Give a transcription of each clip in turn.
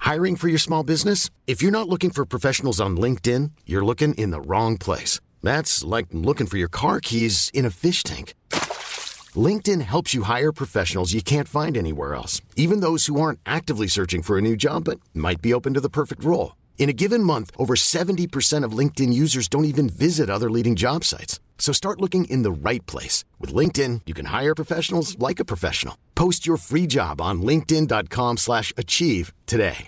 Hiring for your small business? If you're not looking for professionals on LinkedIn, you're looking in the wrong place. That's like looking for your car keys in a fish tank. LinkedIn helps you hire professionals you can't find anywhere else, even those who aren't actively searching for a new job but might be open to the perfect role. In a given month, over 70% of LinkedIn users don't even visit other leading job sites. So start looking in the right place. With LinkedIn, you can hire professionals like a professional. Post your free job on linkedin.com/achieve today.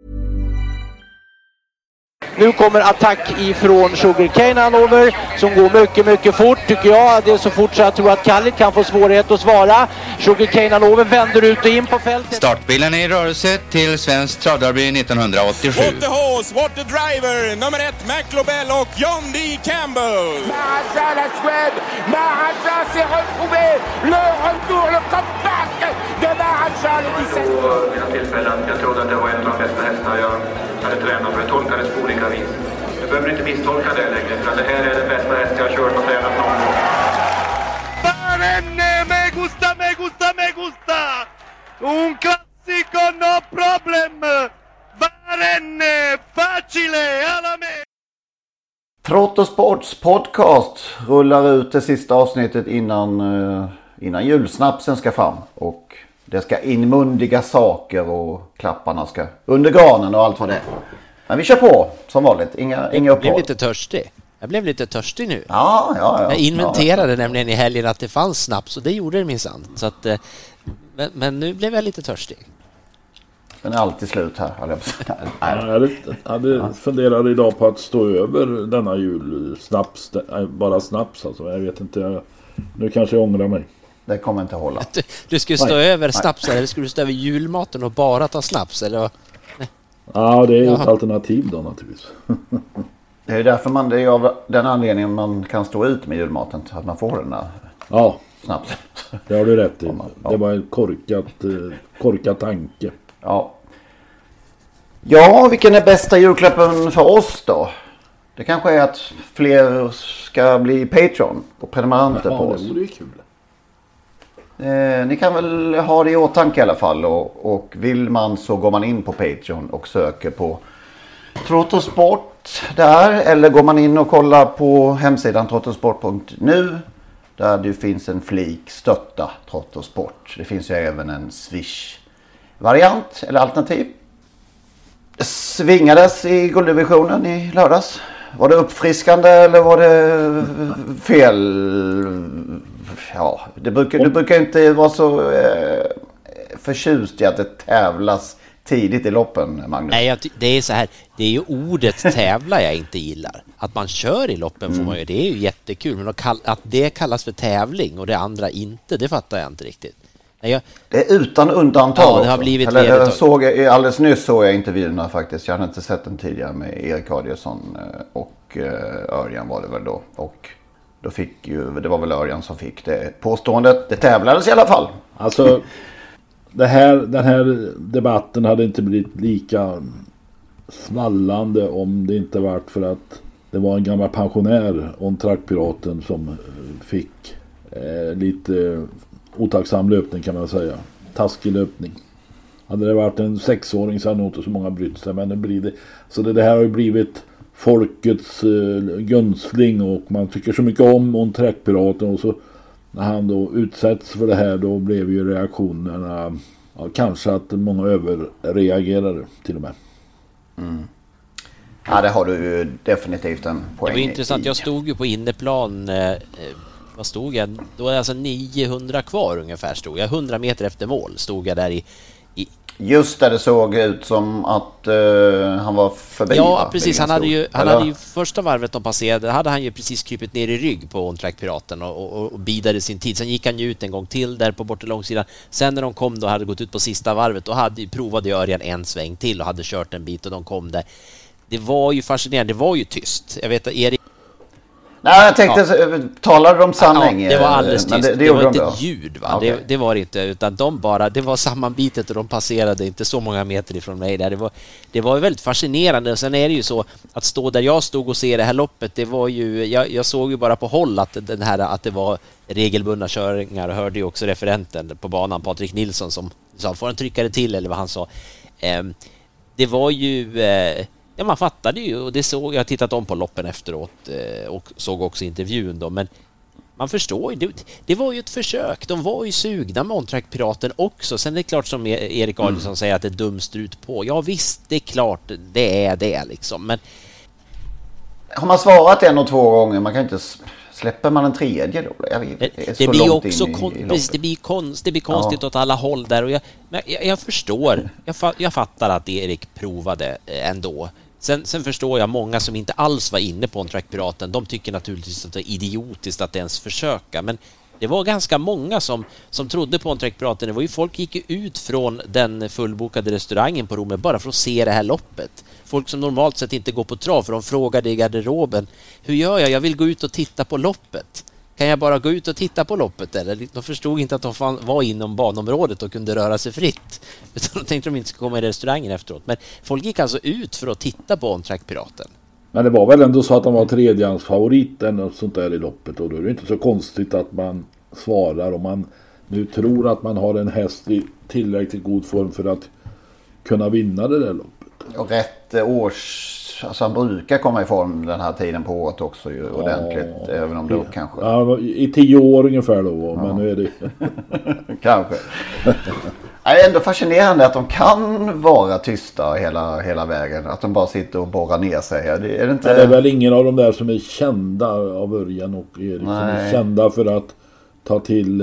Nu kommer attack ifrån Sugarcane Hanover som går mycket, mycket fort tycker jag. Det är så fort så jag tror att Khalid kan få svårighet att svara. Sugarcane Hanover vänder ut och in på fältet. Startbilen är i rörelse till Svensk Travderby 1987. What the horse, what the driver, nummer 1 McLobel och John D. Campbell. Maharaja la Suède, Maharaja s'est retrouvé, le retour, le comeback de Maharaja le 17. På mina tillfällen, jag trodde att det var en av de bästa hästarna jag hade tränat för. Jag tolkades på olika vis. Du behöver inte misstolka det längre, för det här är den bästa häst jag har kört och tränat någon gång. Barenne, me gusta, me gusta, me gusta! Un classico, no problem! Barenne, facile, alla me! Trottosports podcast rullar ut det sista avsnittet innan julsnapsen ska fram. Och det ska inmundiga saker och klapparna ska under granen och allt vad det är. Men vi kör på som vanligt, inga uppehåll. Jag blev lite törstig nu. Ja. Jag inventerade nämligen i helgen att det fanns snaps och det gjorde det minsann. Så att, men nu blev jag lite törstig. Den är alltid slut här. Jag hade funderat idag på att stå över denna jul. Bara snaps alltså. Jag vet inte, nu kanske jag ångrar mig. Det kommer inte hålla. Du skulle stå över snaps eller skulle du stå över julmaten och bara ta snaps? Eller? Ja, det är ett alternativ då naturligtvis. Det är därför det är av den anledningen man kan stå ut med julmaten. Att man får den där snapsen. Det har du rätt i. Det var en korkad tanke. Ja, vilken är bästa julklappen för oss då? Det kanske är att fler ska bli Patreon och prenumeranter på oss. Ja, det vore ju kul. Ni kan väl ha det i åtanke i alla fall. Och vill man så går man in på Patreon och söker på Trottosport där. Eller går man in och kollar på hemsidan trottosport.nu. Där det finns en flik stötta Trottosport. Det finns ju även en Swish-variant eller alternativ. Det svingades i gulddivisionen i lördags. Var det uppfriskande eller var det fel? Ja, du brukar inte vara så förtjust i att det tävlas tidigt i loppen, Magnus. Nej, det är så här. Det är ju ordet tävla jag inte gillar. Att man kör i loppen får man ju, det är ju jättekul. Men att det kallas för tävling och det andra inte, det fattar jag inte riktigt. Det är utan undantag. Ja, det har blivit alldeles nyss såg jag intervjuerna faktiskt. Jag hade inte sett den tidigare med Erik Adielsson och Örjan var det väl då. Och då fick det var väl Örjan som fick det påståendet. Det tävlades i alla fall. Alltså, den här debatten hade inte blivit lika svallande om det inte varit för att det var en gammal pensionär, On-Track-piraten, som fick lite otacksam löpning kan man säga. Taskig löpning. Hade det varit en 6-åring så hade nog inte så många brytt sig. Men det blir det. Så det här har ju blivit folkets gunstling och man tycker så mycket om Track-piraten och så när han då utsätts för det här då blev ju reaktionerna kanske att många överreagerade till och med. Ja, det har du ju definitivt en poäng. Det var intressant, jag stod ju på inneplan, vad stod jag? Då var det alltså 900 kvar ungefär stod jag, 100 meter efter mål stod jag där i just där det såg ut som att han var förbi. Ja, precis. Han hade ju första varvet de passerade, hade han ju precis krypit ner i rygg på On-Track-piraten och bidade sin tid. Sen gick han ju ut en gång till där på bortre långsidan. Sen när de kom då hade gått ut på sista varvet då provade Örjan en sväng till och hade kört en bit och de kom där. Det var ju fascinerande, det var ju tyst. Jag vet att Erik... Nej, jag tänkte, talar de sanning? Ja, det var alldeles tyst. Det var inte bra. Ett ljud, va? Okay. Det var det inte, utan det var sammanbitet och de passerade inte så många meter ifrån mig där. Det var väldigt fascinerande. Och sen är det ju så att stå där jag stod och se det här loppet, det var ju, jag såg ju bara på håll att det var regelbundna körningar och hörde ju också referenten på banan, Patrik Nilsson, som sa, får han trycka det till eller vad han sa. det var ju... Ja, man fattade ju, och det såg jag har tittat om på loppen efteråt och såg också intervjun då, men man förstår ju, det var ju ett försök. De var ju sugna med OnTrack-piraten också. Sen är det klart som Erik Adielsson säger att det är dumstrut på. Ja visst, det är klart det är det liksom, men har man svarat 1 och 2 gånger, man kan inte släpper man en tredje då? Det blir också det blir konstigt åt alla håll där, och jag förstår. Jag fattar att Erik provade ändå. Sen förstår jag många som inte alls var inne på OnTrack-piraten. De tycker naturligtvis att det är idiotiskt att ens försöka, men det var ganska många som trodde på OnTrack-piraten. Det var ju folk gick ut från den fullbokade restaurangen på Romme bara för att se det här loppet. Folk som normalt sett inte går på trav, för de frågade i garderoben: hur gör jag? Jag vill gå ut och titta på loppet. Kan jag bara gå ut och titta på loppet? Eller de förstod inte att de var inom banområdet och kunde röra sig fritt. Utan de tänkte de inte skulle komma i restaurangen efteråt. Men folk gick alltså ut för att titta på OnTrack-piraten. Men det var väl ändå så att de var tredjehandsfavorit eller något sånt där i loppet. Och då är det inte så konstigt att man svarar om man nu tror att man har en häst i tillräckligt god form för att kunna vinna det där loppet. Och rätt alltså han brukar komma i form den här tiden på året också ju, ordentligt, även om då kanske... Ja, i 10 år ungefär då, men nu är det... kanske. Det är ändå fascinerande att de kan vara tysta hela vägen, att de bara sitter och borrar ner sig. Är det inte... Det är väl ingen av de där som är kända av Örjan och Erik som är kända för att ta till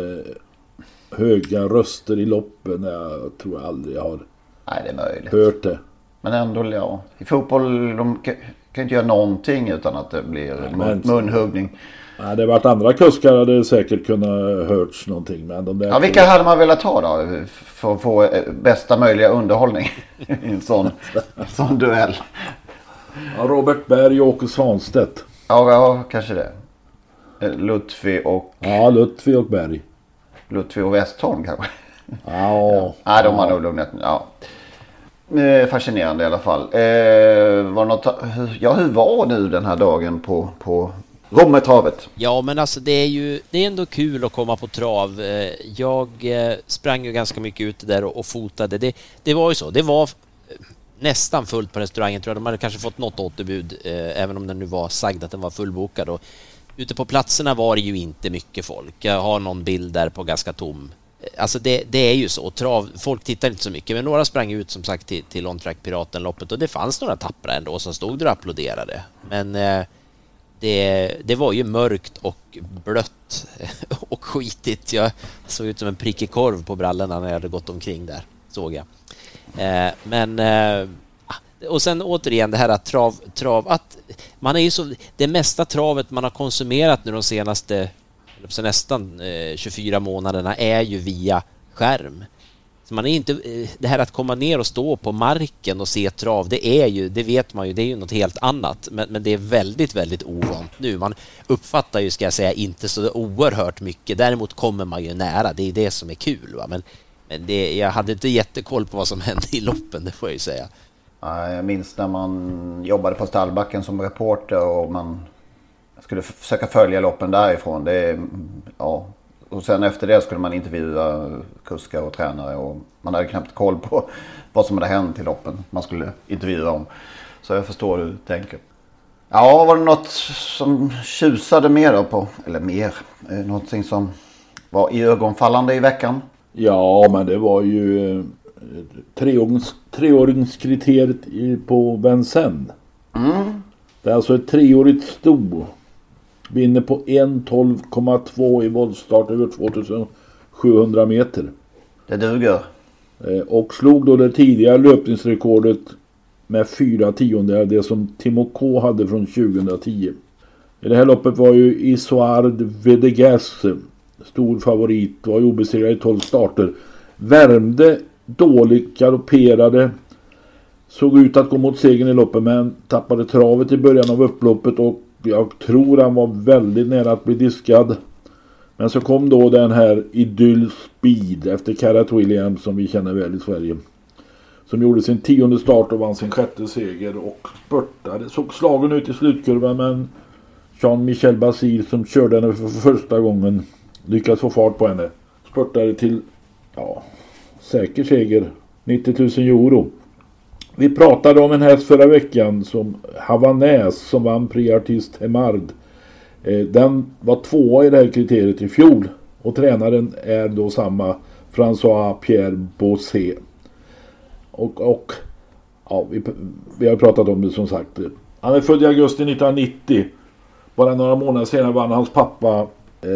höga röster i loppen. Jag tror jag aldrig har det är möjligt. Hört det. Men ändå, ja. I fotboll de kan inte göra någonting utan att det blir munhuggning. Nej, det har varit andra kuskar hade säkert kunnat hörts någonting. Men de där vilka hade man velat ha då för att få bästa möjliga underhållning i en sån duell? Ja, Robert Berg och Åke Svanstedt. Ja, kanske det. Lutfi och... Ja, Lutfi och Berg. Lutfi och Westholm kanske. Ja. Nej, de har nog lugnat. Ja. Fascinerande i alla fall. Var något, hur var nu den här dagen på Rommetravet? Ja, men alltså det är ändå kul att komma på trav. Jag sprang ju ganska mycket ute där och fotade. Det var ju så. Det var nästan fullt på restaurangen, tror jag. De hade kanske fått något återbud, även om den nu var sagd att den var fullbokad. Och ute på platserna var det ju inte mycket folk. Jag har någon bild där på ganska tom. Alltså det är ju så. Folk tittar inte så mycket, men några sprang ut som sagt till OnTrack-piraten-loppet, och det fanns några tappra ändå som stod där och applåderade. Men det var ju mörkt och blött och skitigt. Jag såg ut som en prickig korv på brallorna när jag hade gått omkring där, såg jag. Och sen återigen det här att trav att man är ju så, det mesta travet man har konsumerat nu de senaste nästan 24 månaderna är ju via skärm. Så man är inte, det här att komma ner och stå på marken och se trav, det vet man ju, det är ju något helt annat, men det är väldigt, väldigt ovant nu. Man uppfattar ju, ska jag säga, inte så oerhört mycket. Däremot kommer man ju nära, det är det som är kul, va? Men jag hade inte jättekoll på vad som hände i loppen, det får jag ju säga. Jag minns när man jobbade på Stallbacken som reporter och man skulle försöka följa loppen därifrån. Och sen efter det skulle man intervjua kuskar och tränare, och man hade knappt koll på vad som hade hänt i loppen man skulle intervjua om. Så jag förstår hur du tänker. Ja, var det något som tjusade mer då på, eller mer, någonting som var i ögonfallande i veckan? Ja, men det var ju treåringskriteriet på Vincennes. Det är alltså ett 3-årigt sto. Vinner på 1:12,2 i voltstart över 2700 meter. Det duger. Och slog då det tidigare löpningsrekordet med 4/10, det som Timo K hade från 2010. I det här loppet var ju Isoard Vedegas stor favorit, var ju obesegrad i 12 starter. Värmde dåligt, galopperade, såg ut att gå mot segern i loppet, men tappade travet i början av upploppet och jag tror han var väldigt nära att bli diskad. Men så kom då den här Idyll Speed efter Carrot Williams, som vi känner väl i Sverige, som gjorde sin 10:e start och vann sin 6:e seger och spurtade. Såg slagen ut i slutkurvan, men Jean-Michel Basile, som körde henne för första gången, lyckades få fart på henne. Spurtade till säker seger, 90 000 euro. Vi pratade om en häst förra veckan som Havanäs som vann Prix Artiste Hemard. Den var 2 i det här kriteriet i fjol. Och tränaren är då samma François Pierre Bossé. Och ja, vi har pratat om det som sagt. Han är född i augusti 1990. Bara några månader senare vann hans pappa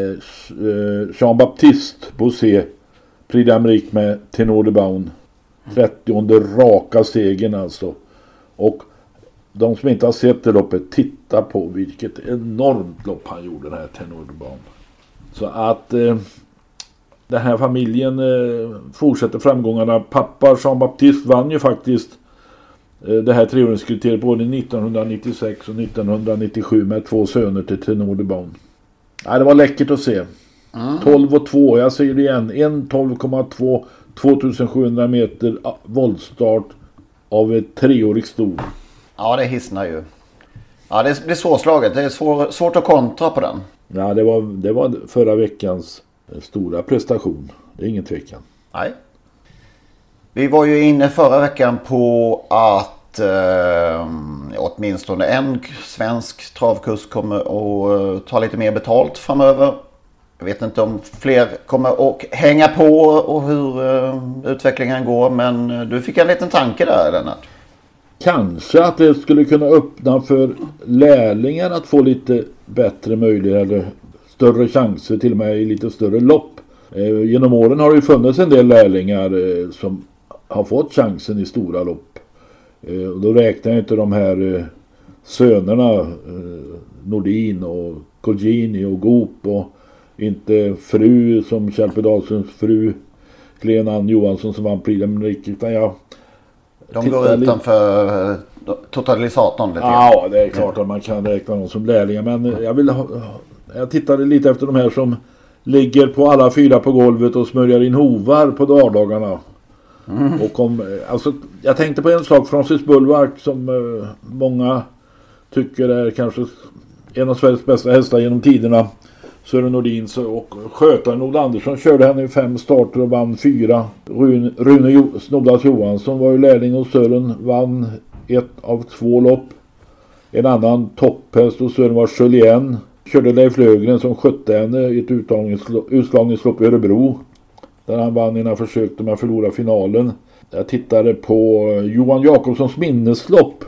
Jean-Baptiste Bossé Prix d'Amérique med Tenor de Beaune. 30:e raka segern alltså. Och de som inte har sett det loppet, titta på vilket enormt lopp han gjorde, den här Tenor de Beaune. Så att den här familjen fortsätter framgångarna. Pappa Jean-Baptiste vann ju faktiskt det här treåringskriteriet både 1996 och 1997 med 2 söner till Tenor de Beaune. Ja, det var läckert att se. 12,2, jag säger det igen. 1,12,2, 2700 meter voltstart av ett 3-årig sto. Ja, det hissnar ju. Ja, det blir svårslaget. Det är svårt att kontra på den. Ja, det var förra veckans stora prestation. Det är ingen tvekan. Nej. Vi var ju inne förra veckan på att åtminstone en svensk travkurs kommer att ta lite mer betalt framöver. Jag vet inte om fler kommer att hänga på och hur utvecklingen går, men du fick en liten tanke där, Lennart. Kanske att det skulle kunna öppna för lärlingar att få lite bättre möjligheter, större chanser till och med i lite större lopp. Genom åren har det ju funnits en del lärlingar som har fått chansen i stora lopp. Och då räknar jag inte de här sönerna Nordin och Colgjini och Goop och inte fru som Kjell Dahlströms fru Glenn Johansson som vann Prix d'Amérique, utan de går utanför totalisatorn lite. Ja, det är klart att man kan räkna dem som lärlingar, men jag tittade lite efter de här som ligger på alla 4 på golvet och smörjer in hovar på dagarna. Och jag tänkte på en sak, Francis Bulwark som många tycker är kanske en av Sveriges bästa hästar genom tiderna. Sören Nordins och skötaren Ola Andersson körde henne i 5 starter och vann 4. Rune Snoddas Johansson var ju lärling hos Sören, vann 1 av 2 lopp. En annan topphäst hos Sören var Julien. Körde Leif Löfgren som skötte henne i ett utslagningslopp i Örebro. Där han vann innan försökte med att förlora finalen. Jag tittade på Johan Jakobssons minneslopp.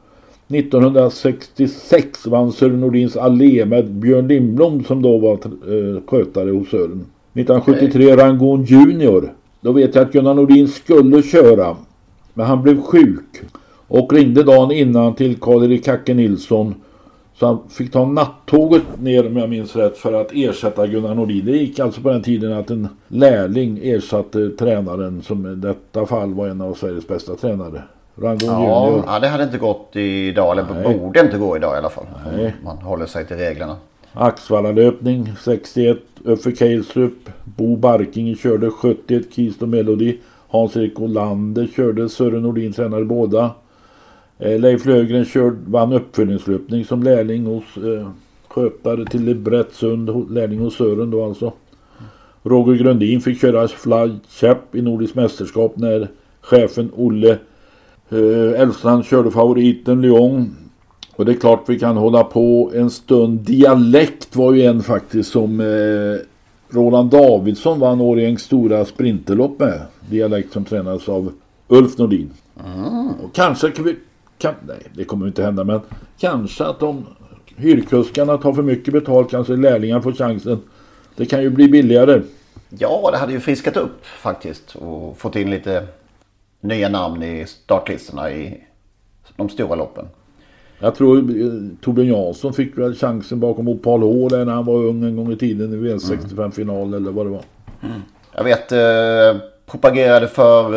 1966 vann Sören Nordins allé med Björn Lindblom som då var skötare hos Sören. 1973 Rangon Junior. Då vet jag att Gunnar Nordin skulle köra. Men han blev sjuk. Och ringde dagen innan till Karl-Erik Kacke Nilsson. Så han fick ta nattåget ner, om jag minns rätt, för att ersätta Gunnar Nordin. Det gick alltså på den tiden att en lärling ersatte tränaren som i detta fall var en av Sveriges bästa tränare. Ja, det hade inte gått idag, eller borde inte gå idag i alla fall. Nej. Man håller sig till reglerna. Axvallalöpning 61, Uffe Keilstrup, Bo Barking körde 71, Keystone Melody, Hans-Erik Olander körde, Sören Nordin tränade båda. Leif Löfgren vann uppföljningslöpning som lärling hos skötare till Brättsund, lärling hos Sören då alltså. Roger Grundin fick köra Fly Chap i Nordisk mästerskap när chefen Olle Elfstrand körde favoriten Lyon. Och det är klart vi kan hålla på en stund. Dialekt var ju en faktiskt som Roland Davidsson vann Årjängs stora sprinterlopp med. Dialekt som tränades av Ulf Nordin. Och kanske nej, det kommer inte hända, men kanske att de hyrkuskarna tar för mycket betalt, kanske lärlingar får chansen. Det kan ju bli billigare. Ja, det hade ju friskat upp faktiskt och fått in lite nya namn i startlistorna i de stora loppen. Jag tror Torbjörn Jansson fick väl chansen bakom Opal H när han var ung en gång i tiden i V65-final eller vad det var. Jag vet, propagerade för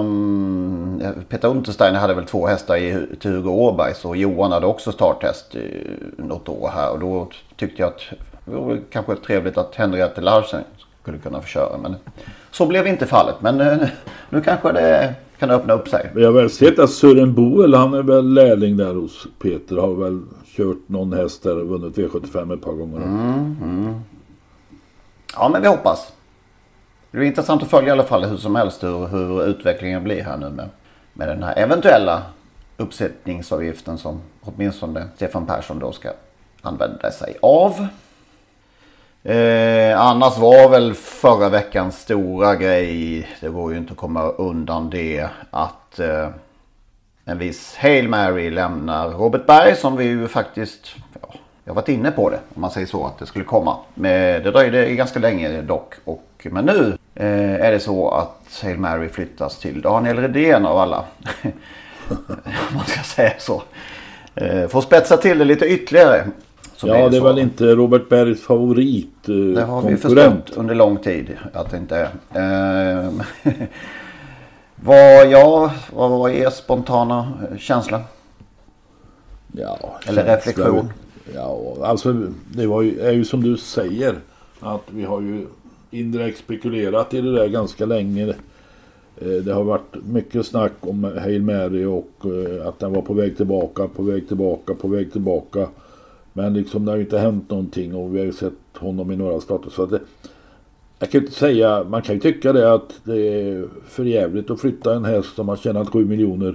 Peter Untersteiner hade väl 2 hästar till Hugo Åbergs och Johan hade också starthäst något år här och då tyckte jag att det var kanske trevligt att Henriette Larsen skulle kunna få köra, men så blev inte fallet, men nu kanske det kan öppna upp sig. Jag har väl sett att Sören Boel, han är väl lärling där hos Peter, har väl kört någon häst där och vunnit V75 ett par gånger. Ja, men vi hoppas. Det är intressant att följa i alla fall hur som helst hur utvecklingen blir här nu med med den här eventuella uppsättningsavgiften som åtminstone Stefan Persson då ska använda sig av. Annars var väl förra veckans stora grej, det går ju inte att komma undan det, att en viss Hail Mary lämnar Robert Berg, som vi ju faktiskt, jag varit inne på det om man säger så, att det skulle komma. Men det dröjde ganska länge dock, men nu är det så att Hail Mary flyttas till Daniel Redén av alla. Man ska säga så. Får spetsa till det lite ytterligare. Ja, det är väl inte Robert Bergs favorit det har vi förstått under lång tid att det inte är. Vad var er spontana känsla? Ja, eller reflektion? Ja, alltså det är ju som du säger, att vi har ju indirekt spekulerat i det där ganska länge. Det har varit mycket snack om Hail Mary och att den var på väg tillbaka. Men liksom det har ju inte hänt någonting och vi har ju sett honom i några starter. Så att jag kan inte säga, man kan ju tycka det att det är för jävligt att flytta en häst som har tjänat 7 miljoner.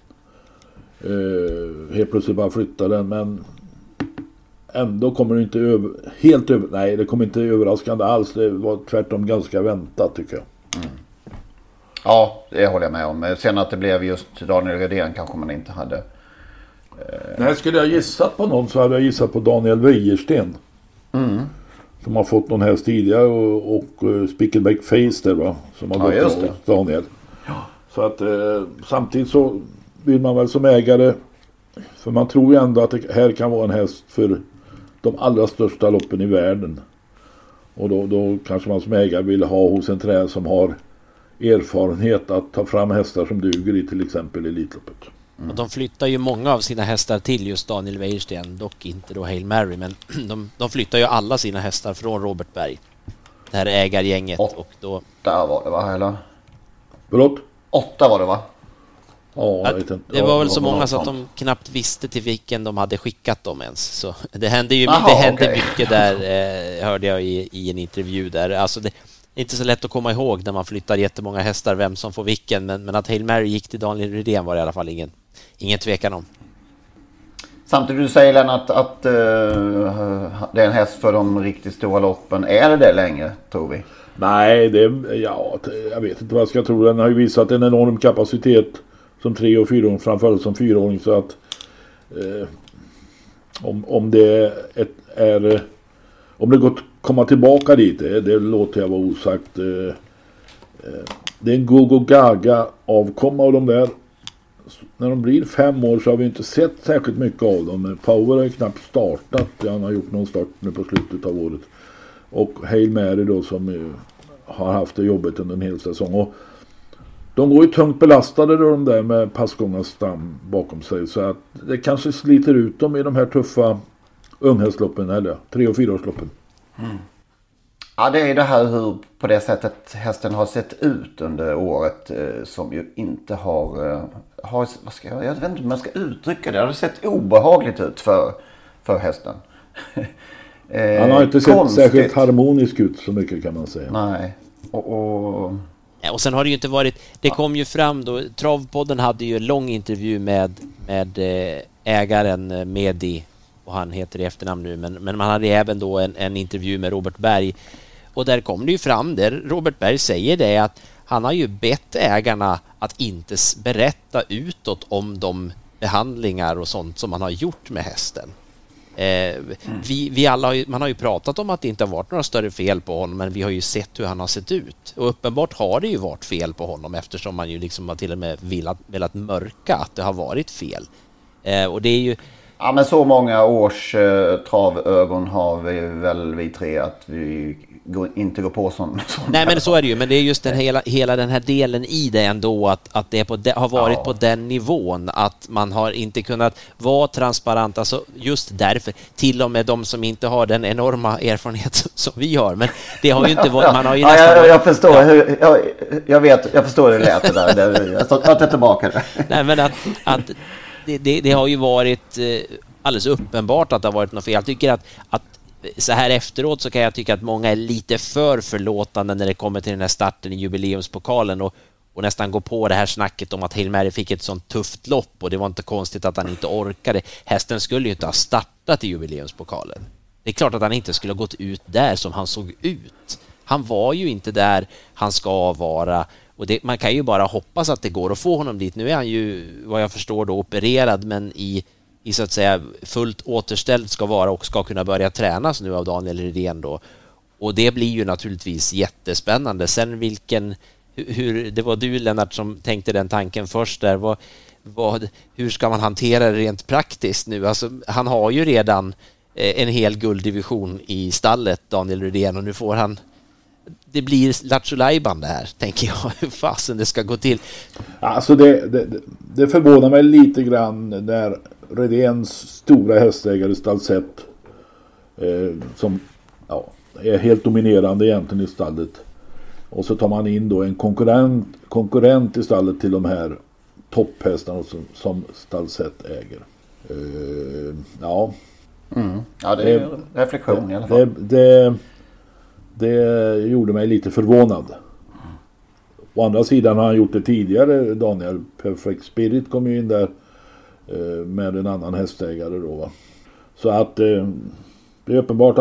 Helt plötsligt bara flytta den, men ändå kommer det inte nej, det kommer inte överraskande alls. Det var tvärtom ganska väntat, tycker jag. Ja, det håller jag med om. Sen att det blev just Daniel Redén kanske man inte hade. Nej, skulle jag gissat på någon så hade jag gissat på Daniel Wäjersten. Som har fått någon häst tidigare och Spickleback Face där, va, som har gått just det. Daniel. Ja. Så att samtidigt så vill man väl som ägare, för man tror ju ändå att det här kan vara en häst för de allra största loppen i världen. Och då kanske man som ägare vill ha hos en tränare som har erfarenhet att ta fram hästar som duger i till exempel Elitloppet. Och de flyttar ju många av sina hästar till just Daniel Wäjersten, dock inte då Hail Mary, men de flyttar ju alla sina hästar från Robert Berg, det här ägargänget. Och då... 8 var det, va? Eller? Förlåt? 8 var det, va? Ja, jag vet inte. Det var väl så många så att de knappt visste till vilken de hade skickat dem ens. Så det hände ju mycket där, hörde jag i en intervju där. Alltså det är inte så lätt att komma ihåg när man flyttar jättemånga hästar vem som får vilken, men att Hail Mary gick till Daniel Redén var i alla fall ingen tvekan om. Samtidigt du säger, Lennart, att det är en häst för de riktigt stora loppen. Är det längre, tror vi? Nej, jag vet inte vad jag ska tro. Den har ju visat en enorm kapacitet som 3- och 4-åring, framförallt som 4-åring, så att om det om det går att komma tillbaka dit, det låter jag vara osagt. Det är en Gogo-Gaga avkomma av de där. När de blir 5 år så har vi inte sett särskilt mycket av dem. Power har ju knappt startat. Han har gjort någon start nu på slutet av året. Och Hail Mary då, som har haft det jobbet under en hel säsong. Och de går ju tungt belastade då, de där med passgångarnas stam bakom sig. Så att det kanske sliter ut dem i de här tuffa unghästloppen, eller 3- och 4-årsloppen. Ja, det är det här hur på det sättet hästen har sett ut under året, som ju inte har jag vet inte om man ska uttrycka det. Det har sett obehagligt ut för hästen. Han har inte sett särskilt harmonisk ut så mycket, kan man säga. Nej. Och sen har det ju inte varit, det kom ju fram då, Travpodden hade ju en lång intervju med ägaren Medi, och han heter i efternamn nu, men man hade även då en intervju med Robert Berg, och där kom det ju fram där Robert Berg säger det, att han har ju bett ägarna att inte berätta utåt om de behandlingar och sånt som man har gjort med hästen. Vi alla man har ju pratat om att det inte har varit några större fel på honom, men vi har ju sett hur han har sett ut, och uppenbart har det ju varit fel på honom, eftersom man ju liksom har till och med velat mörka att det har varit fel. Och det är ju... Ja, men så många års travögon har vi tre att vi inte går på sånt. Nej, men så är det ju, men det är just hela den här delen i det ändå, att det har varit på den nivån att man har inte kunnat vara transparent, alltså just därför, till och med de som inte har den enorma erfarenhet som vi har, men det har ju inte varit, man har ju nästan jag förstår jag förstår det lät det där. Jag tar tillbaka det. Nej, men att det har ju varit alldeles uppenbart att det har varit något fel. Jag tycker att så här efteråt så kan jag tycka att många är lite för förlåtande när det kommer till den här starten i jubileumspokalen, och nästan gå på det här snacket om att Hail Mary fick ett sånt tufft lopp och det var inte konstigt att han inte orkade. Hästen skulle ju inte ha startat i jubileumspokalen. Det är klart att han inte skulle ha gått ut där som han såg ut. Han var ju inte där han ska vara, och man kan ju bara hoppas att det går att få honom dit. Nu är han ju, vad jag förstår då, opererad, men i så att säga fullt återställd ska vara och ska kunna börja tränas nu av Daniel Redén då. Och det blir ju naturligtvis jättespännande. Sen hur det var du, Lennart, som tänkte den tanken först där. Hur ska man hantera det rent praktiskt nu? Alltså, han har ju redan en hel gulddivision i stallet, Daniel Redén, och nu får han... Det blir Lattjo Lajban det här, tänker jag. Hur fasen det ska gå till. Alltså det förvånar mig lite grann när Redéns stora hästägare Stalsett som är helt dominerande egentligen i stallet. Och så tar man in då en konkurrent i stallet till de här topphästarna som Stalsett äger. Ja, det är reflektion i alla fall. Det gjorde mig lite förvånad. Å andra sidan har han gjort det tidigare. Daniel Perfect Spirit kom ju in där med en annan hästägare då, va? Så att det är uppenbart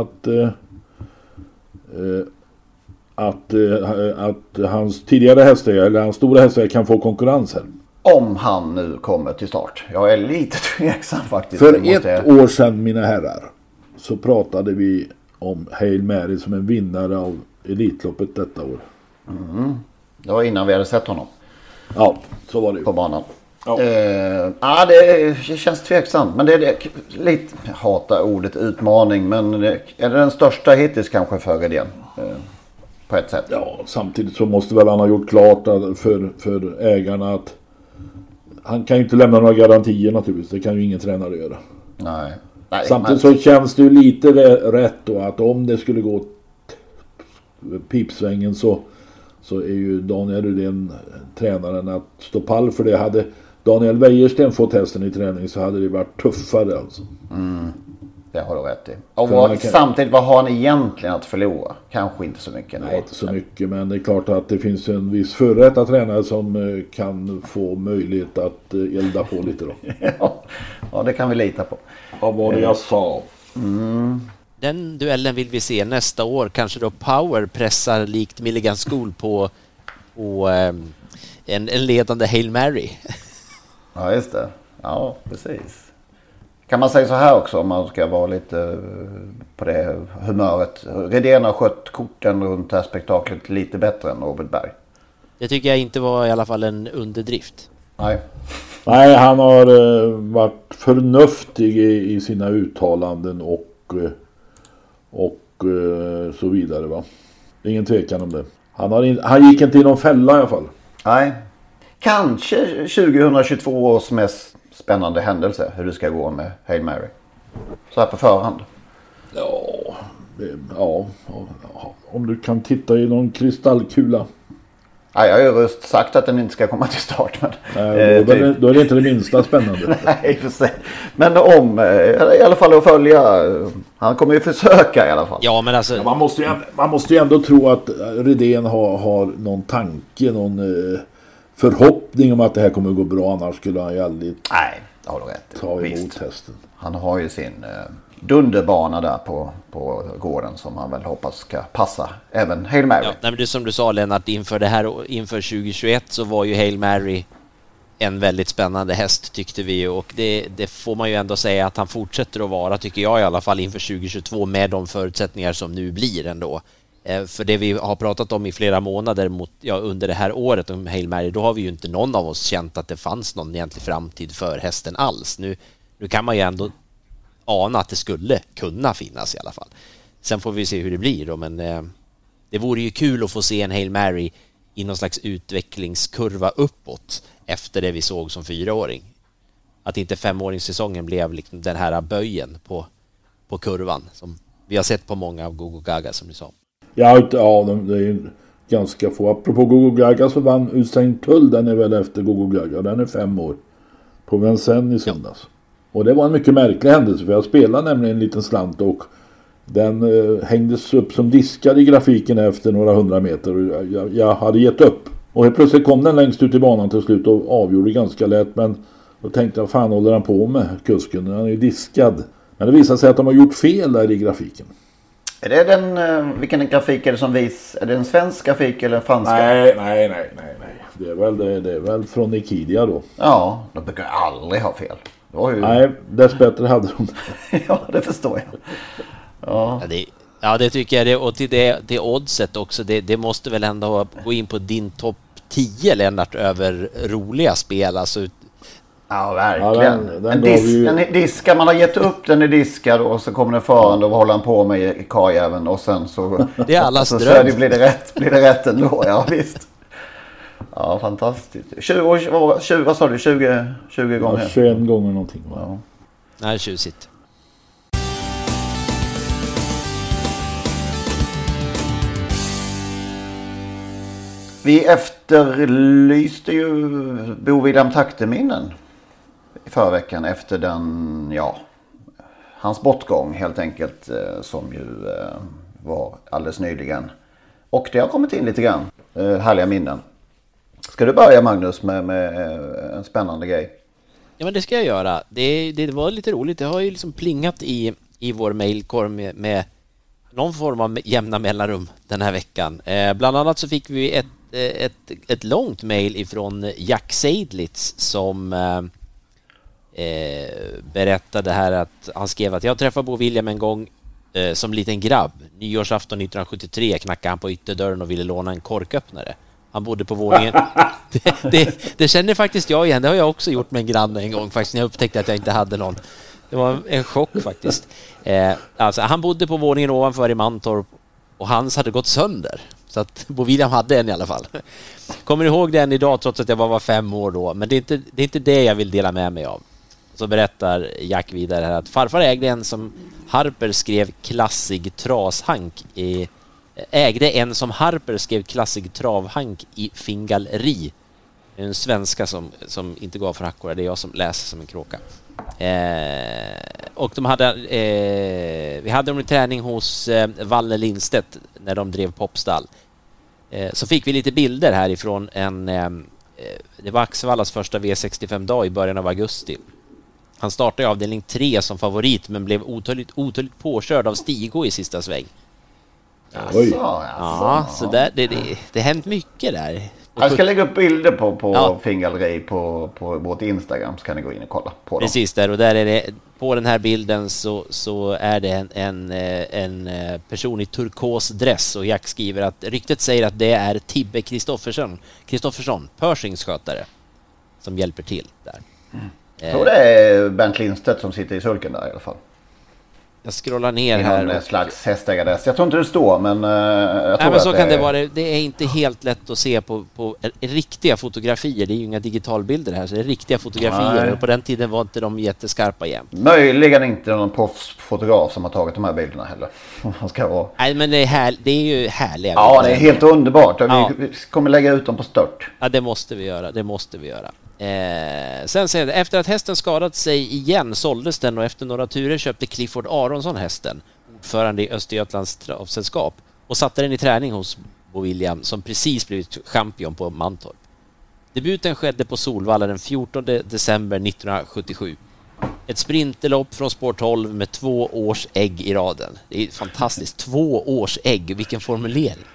att hans tidigare hästägare, eller hans stora hästägare, kan få konkurrens här. Om han nu kommer till start. Jag är lite tveksam faktiskt. För ett år sedan, mina herrar, så pratade vi om Hail Mary som en vinnare av Elitloppet detta år. Det var innan vi hade sett honom. Ja, så var det ju. På banan. Ja. Det känns tveksamt. Men det är lite, jag hatar ordet utmaning, men är det den största hittills kanske för Redén? På ett sätt. Ja, samtidigt så måste väl han ha gjort klart för ägarna att han kan ju inte lämna några garantier naturligtvis. Det kan ju ingen tränare göra. Nej, samtidigt så känns det ju lite rätt då att om det skulle gå pipsvängen så är ju Daniel Redén tränaren att stå pall för det. Hade Daniel Wäjersten fått hästen i träning så hade det varit tuffare alltså. Det har du rätt i. Och samtidigt, vad har han egentligen att förlora? Kanske inte så mycket. Nej, inte så mycket, men det är klart att det finns en viss förrätta tränare som kan få möjlighet att elda på lite då. Ja, det kan vi lita på. Vad var det jag sa? Den duellen vill vi se nästa år. Kanske då Power pressar likt Milligan School på en ledande Hail Mary. Ja, just det. Ja, precis. Kan man säga så här också, om man ska vara lite på det humöret. Redén har skött korten runt det här spektaklet lite bättre än Robert Berg. Det tycker jag inte var i alla fall en underdrift. Nej, han har varit förnuftig i sina uttalanden och så vidare, va. Det är ingen tvekan om det. Han gick inte i någon fälla i alla fall. Nej. Kanske 2022 års mest spännande händelse, hur det ska gå med Hail Mary. Så här på förhand. Ja, om du kan titta i någon kristallkula. Nej, jag har ju just sagt att den inte ska komma till start. Men, då är det inte det minsta spännande. Nej, för sig. Men i alla fall att följa. Han kommer ju försöka i alla fall. Ja, men alltså... man måste ju ändå tro att Redén har någon tanke, någon förhoppning om att det här kommer att gå bra. Annars skulle han ju aldrig har du rätt. Ta emot hästen. Han har ju sin dunderbana där på gården som han väl hoppas ska passa även Hail Mary. Ja, men det som du sa, Lennart, inför 2021 så var ju Hail Mary en väldigt spännande häst, tyckte vi, och det får man ju ändå säga att han fortsätter att vara, tycker jag i alla fall, inför 2022 med de förutsättningar som nu blir ändå. För det vi har pratat om i flera månader under det här året om Hail Mary, då har vi ju inte någon av oss känt att det fanns någon egentlig framtid för hästen alls. Nu kan man ju ändå ana att det skulle kunna finnas i alla fall. Sen får vi se hur det blir då, men det vore ju kul att få se en Hail Mary i någon slags utvecklingskurva uppåt efter det vi såg som 4-åring. Att inte 5-åringssäsongen blev liksom den här böjen på kurvan som vi har sett på många av Gogo Gaga, som du sa. Ja, det är ju ganska få. Apropå Gogo Gaga så vann Usain Tull, den är väl efter Gogo Gaga. Den är 5 år. På Vincennes i söndags. Ja. Och det var en mycket märklig händelse, för jag spelade nämligen en liten slant och den hängdes upp som diskar i grafiken efter några 100 meter. Och jag hade gett upp. Och helt plötsligt kom den längst ut i banan till slut och avgjorde ganska lätt. Men då tänkte jag, fan håller han på med kusken? Han är ju diskad. Men det visar sig att de har gjort fel där i grafiken. Är det vilken grafik är det som är det en svensk grafik eller en franska? Nej. Det är väl från Nikidia då. Ja, de brukar aldrig ha fel. Nej, dessbättre hade de det. Ja, det förstår jag. Ja, det tycker jag. Och till det oddset också, det måste väl ändå gå in på din topp 10, Lennart, över roliga spel. Alltså, ja, verkligen. Den diskar, man har gett upp den i diskar och så kommer den förande och håller han på med i karjäveln och sen så... Det är allas så dröm. Så blir det rätt ändå, ja visst. Ja, fantastiskt. 20, vad sa du? 20 gånger? Ja, 21 gånger någonting. Ja. Nej, tjusigt. Vi efterlyste ju Bo William takteminnen i förra veckan efter hans bortgång helt enkelt, som ju var alldeles nyligen. Och det har kommit in lite grann härliga minnen. Ska du börja, Magnus, med en spännande grej? Ja, men det ska jag göra. Det var lite roligt. Det har ju liksom plingat i vår mailkorg med någon form av jämna mellanrum den här veckan. Bland annat så fick vi ett långt mejl ifrån Jack Seidlitz som berättade här att han skrev att jag träffade Bo William en gång som liten grabb. Nyårsafton 1973 knackade han på ytterdörren och ville låna en korköppnare. Han bodde på våningen. Det känner faktiskt jag igen. Det har jag också gjort med en granne en gång faktiskt när jag upptäckte att jag inte hade någon. Det var en chock faktiskt. Alltså, han bodde på våningen ovanför i Mantorp och hans hade gått sönder. Så att Bo William hade en i alla fall. Kommer ihåg den idag trots att jag bara var 5 år då. Men det är inte det jag vill dela med mig av. Så berättar Jack vidare här att farfar ägde en som Harper skrev klassig trashank i... Ägde en som Harper skrev klassig travhank i fingalleri. En svenska som inte gav för hackor. Det är jag som läser som en kråka. Och de hade vi hade dem i träning hos Valle Lindstedt när de drev Popstall. Så fick vi lite bilder härifrån det var Axevallas första V65-dag i början av augusti. Han startade i avdelning 3 som favorit men blev otåligt påkörd av Stigo i sista sväng. Ja, så där, det hänt mycket där. Jag ska lägga upp bilder på fingalleri på vårt Instagram, så kan ni gå in och kolla på dem. Precis där, och där är det, på den här bilden så är det en person i turkos dress och Jack skriver att ryktet säger att det är Tibbe Kristoffersson, Pershings skötare, som hjälper till där. Jag tror det är Bernt Lindstedt som sitter i sulken där i alla fall. Jag scrollar ner här. Någon slags hästägaradress. Jag tror inte det står, men jag tror men så att kan det vara. Det är inte helt lätt att se på riktiga fotografier. Det är ju inga digitalbilder här, så det är riktiga fotografier. Och på den tiden var inte de jätteskarpa igen. Möjligen inte någon proffsfotograf som har tagit de här bilderna heller. Nej, men det är ju härliga. Ja, det är helt underbart. Vi kommer lägga ut dem på stört. Ja, det måste vi göra. Sen säger det, efter att hästen skadat sig igen såldes den och efter några turer köpte Clifford Aronsson hästen, ordförande i Östergötlands travsällskap, och satte den i träning hos Bo William som precis blivit champion på Mantorp. Debuten skedde på Solvalla den 14 december 1977. Ett sprinterlopp från spår 12 med 2 års ägg i raden. Det är fantastiskt, 2 års ägg, vilken formulering.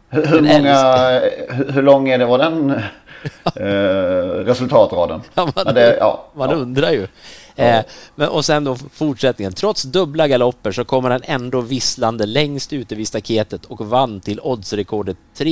Hur lång är det, var den resultatraden? Man undrar ju. Och sen då fortsättningen. Trots dubbla galopper så kommer han ändå visslande längst ute vid staketet och vann till oddsrekordet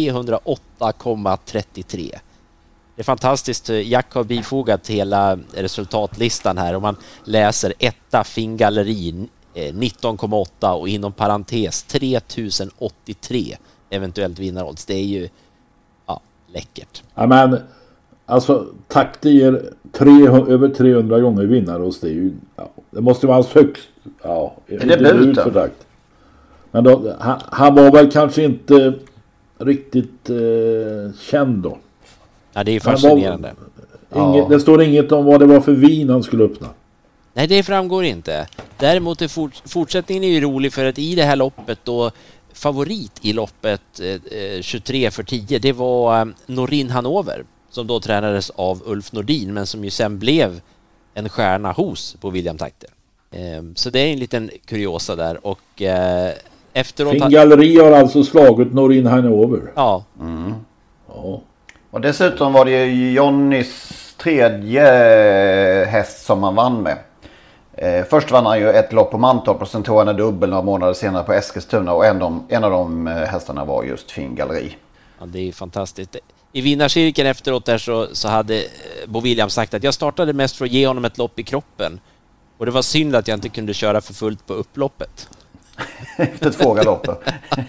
308,33. Det är fantastiskt. Jack har bifogat hela resultatlistan här och man läser etta fingalleri 19,8 och inom parentes 3083 eventuellt vinnarodds. Det är ju läckert. Ja, men alltså takter ger över 300 gånger vinnarodds. Det är ju det måste vara hans högst. Ja, debut för takt. Men då, han var väl kanske inte riktigt känd då. Ja, det är fascinerande. Det står inget om vad det var för vin han skulle öppna. Nej, det framgår inte. Däremot är fortsättningen är ju rolig för att i det här loppet då favorit i loppet 23 för 10, det var Norin Hanover, som då tränades av Ulf Nordin, men som ju sen blev en stjärna hos på William Takter. Så det är en liten kuriosa där. Och efteråt... Finn Galleri har alltså slagit Norin Hanover. Ja. Ja. Och dessutom var det ju Johnnys tredje häst som han vann med. Först vann han ju ett lopp på Mantorp och sen tog han en dubbel några månader senare på Eskilstuna, och en av de hästarna var just Finn Galleri. Ja, det är fantastiskt. I vinnarcirkeln efteråt där så hade Bo William sagt att jag startade mest för att ge honom ett lopp i kroppen. Och det var synd att jag inte kunde köra för fullt på upploppet. Efter 2 galopper.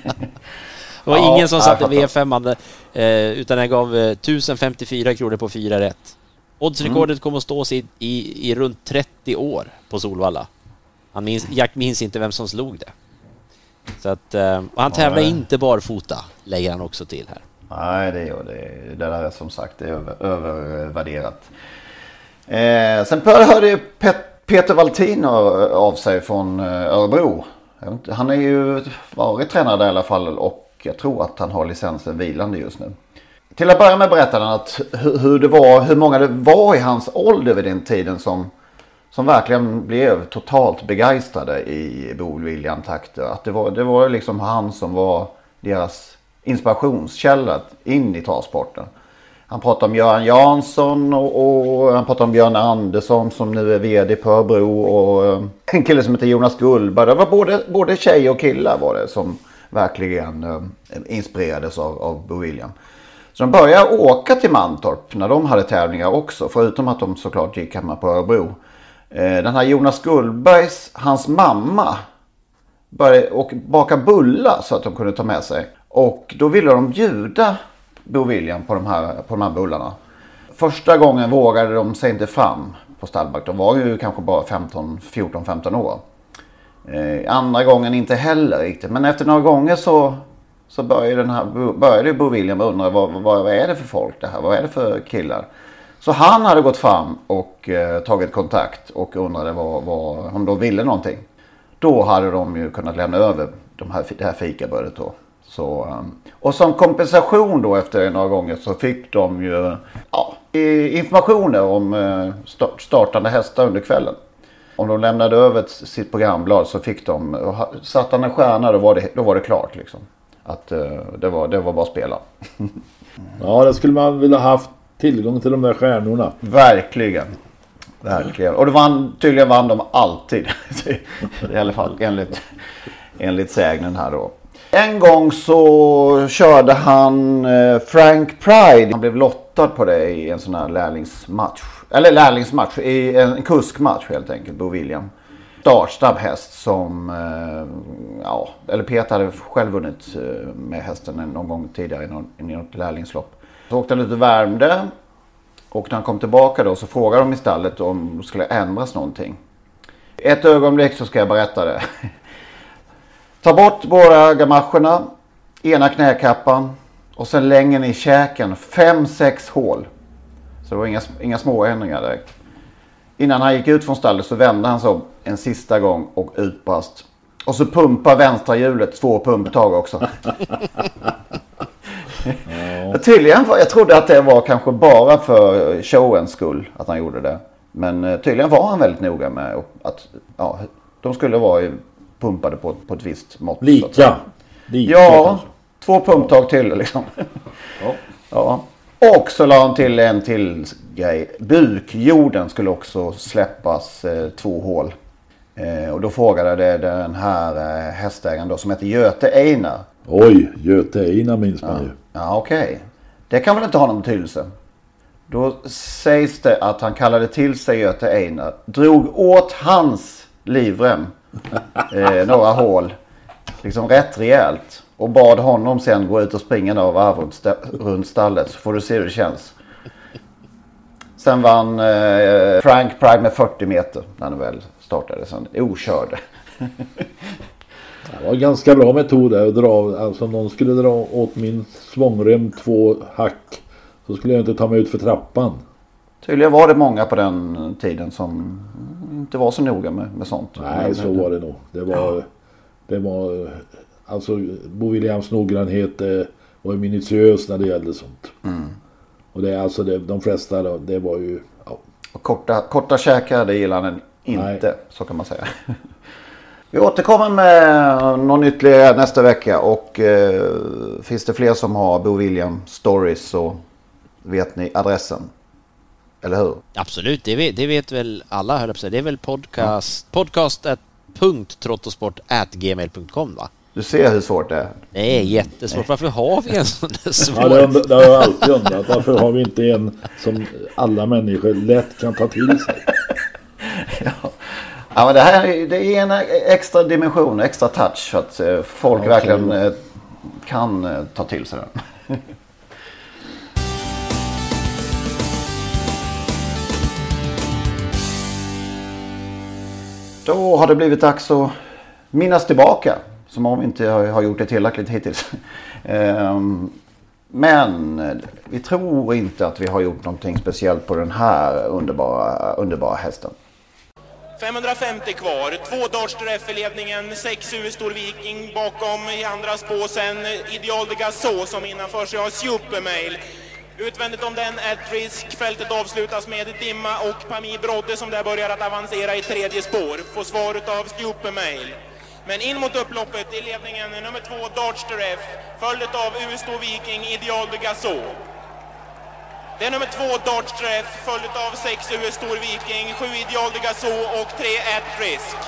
Det var ingen som satte V5, utan jag gav 1054 kronor på 4 rätt. Oddsrekordet kommer att stå sig i runt 30 år på Solvalla. Jag minns inte vem som slog det. Så att, och han tävlar inte barfota, lägger han också till här. Nej, det gör det. Det där är som sagt övervärderat. Sen hörde ju Peter Valtin av sig från Örebro. Han är ju varit tränare där i alla fall, och jag tror att han har licensen vilande just nu. Till att börja med berättade han att hur många det var i hans ålder vid den tiden som verkligen blev totalt begeistrade i Bo William Takter. Att det var liksom han som var deras inspirationskälla in i travsporten. Han pratade om Göran Jansson och han pratade om Björn Andersson som nu är vd på Örebro, och en kille som heter Jonas Gullberg. Det var både tjej och killar var det som verkligen inspirerades av Bo William. Så de började åka till Mantorp när de hade tävlingar också, förutom att de såklart gick hemma på Örebro. Den här Jonas Gullbergs, hans mamma, började baka bullar så att de kunde ta med sig. Och då ville de bjuda Bo William på de här bullarna. Första gången vågade de sig inte fram på Stallback. De var ju kanske bara 14-15 år. Andra gången inte heller riktigt. Men efter några gånger så började Bo William undra vad är det för folk det här? Vad är det för killar? Så han hade gått fram och tagit kontakt och undrade om de ville någonting. Då hade de ju kunnat lämna över det här fikabrödet då. Så, och som kompensation då efter några gånger så fick de ju informationer om startande hästar under kvällen. Om de lämnade över sitt programblad så fick de, satt han en stjärna då var det klart liksom. Att det var bara att spela. Ja, det skulle man vilja haft tillgång till de där stjärnorna. Verkligen. Och tydligen vann de alltid. I alla fall enligt sägnen här då. En gång så körde han Frank Pride. Han blev lottad på det i en sån här lärlingsmatch. I en kuskmatch helt enkelt, Bo William. Startsnabb häst som, eller Peter hade själv vunnit med hästen någon gång tidigare i något lärlingslopp. Så åkte han ut och värmde. Och när han kom tillbaka då så frågade de i stallet om det skulle ändras någonting. Ett ögonblick så ska jag berätta det. Ta bort båda gamascherna, ena knäkappan och sen längen i käken, 5-6 hål. Så det var inga små ändringar direkt. Innan han gick ut från stallet så vände han sig om en sista gång och utbrast. Och så pumpar vänstra hjulet 2 pumptag också. Tydligen, jag trodde att det var kanske bara för showens skull att han gjorde det. Men tydligen var han väldigt noga med att de skulle vara pumpade på ett visst mått. Lika ja, kanske. 2 pumptag till liksom. Ja. Och så la han till en till grej. Bukjorden skulle också släppas 2 hål. Och då frågade den här hästägaren då som heter Göte Einar. Oj, Göte Einar minns man ju. Ja, okej. Det kan väl inte ha någon betydelse. Då sägs det att han kallade till sig Göte Einar. Drog åt hans livrem några hål. Liksom rätt rejält. Och bad honom sen gå ut och springa några varv runt stallet. Så får du se hur det känns. Sen vann Frank Pride med 40 meter när han väl startade. Sen okörde. Det var en ganska bra metod att dra. Alltså om någon skulle dra åt min svångrem 2 hack så skulle jag inte ta mig ut för trappan. Tydligen var det många på den tiden som inte var så noga med sånt. Nej, så var det nog. Det var Alltså Bo Williams noggrannhet var ju minutiös när det gällde sånt. Och det är alltså de flesta då, det var ju... Ja. Och korta käkar, det gillar han inte, så kan man säga. Vi återkommer med någon ytterligare nästa vecka och finns det fler som har Bo Williams stories så vet ni adressen. Eller hur? Absolut, det vet väl alla, hör jag på sig. Det är väl podcast.trottosport@gmail.com, va? Du ser hur svårt det är. Det är jättesvårt. Varför har vi en sån där svår? Ja, det har jag alltid undrat. Varför har vi inte en som alla människor lätt kan ta till sig? Ja, men det är en extra dimension, extra touch så att folk verkligen kan ta till sig den. Då har det blivit dags att minnas tillbaka. Som om vi inte har gjort det tillräckligt hittills. Men vi tror inte att vi har gjort någonting speciellt på den här underbara hästen. 550 kvar, 2 Dodge i ledningen, 6 Stor Viking bakom i andra spår, sen Ideal de Gasso som innanför sig har Supermail. Utvändigt om den ett risk, fältet avslutas med Dimma och Pami Brodde som där börjar att avancera i tredje spår. Får svar av Supermail. Men in mot upploppet i ledningen nummer 2 Dodge F, följt av Stor Viking Ideal de Gasso. Det är nummer 2 Dodge F, följt av 6 Stor Viking, 7 Ideal de Gasso och 3 at risk.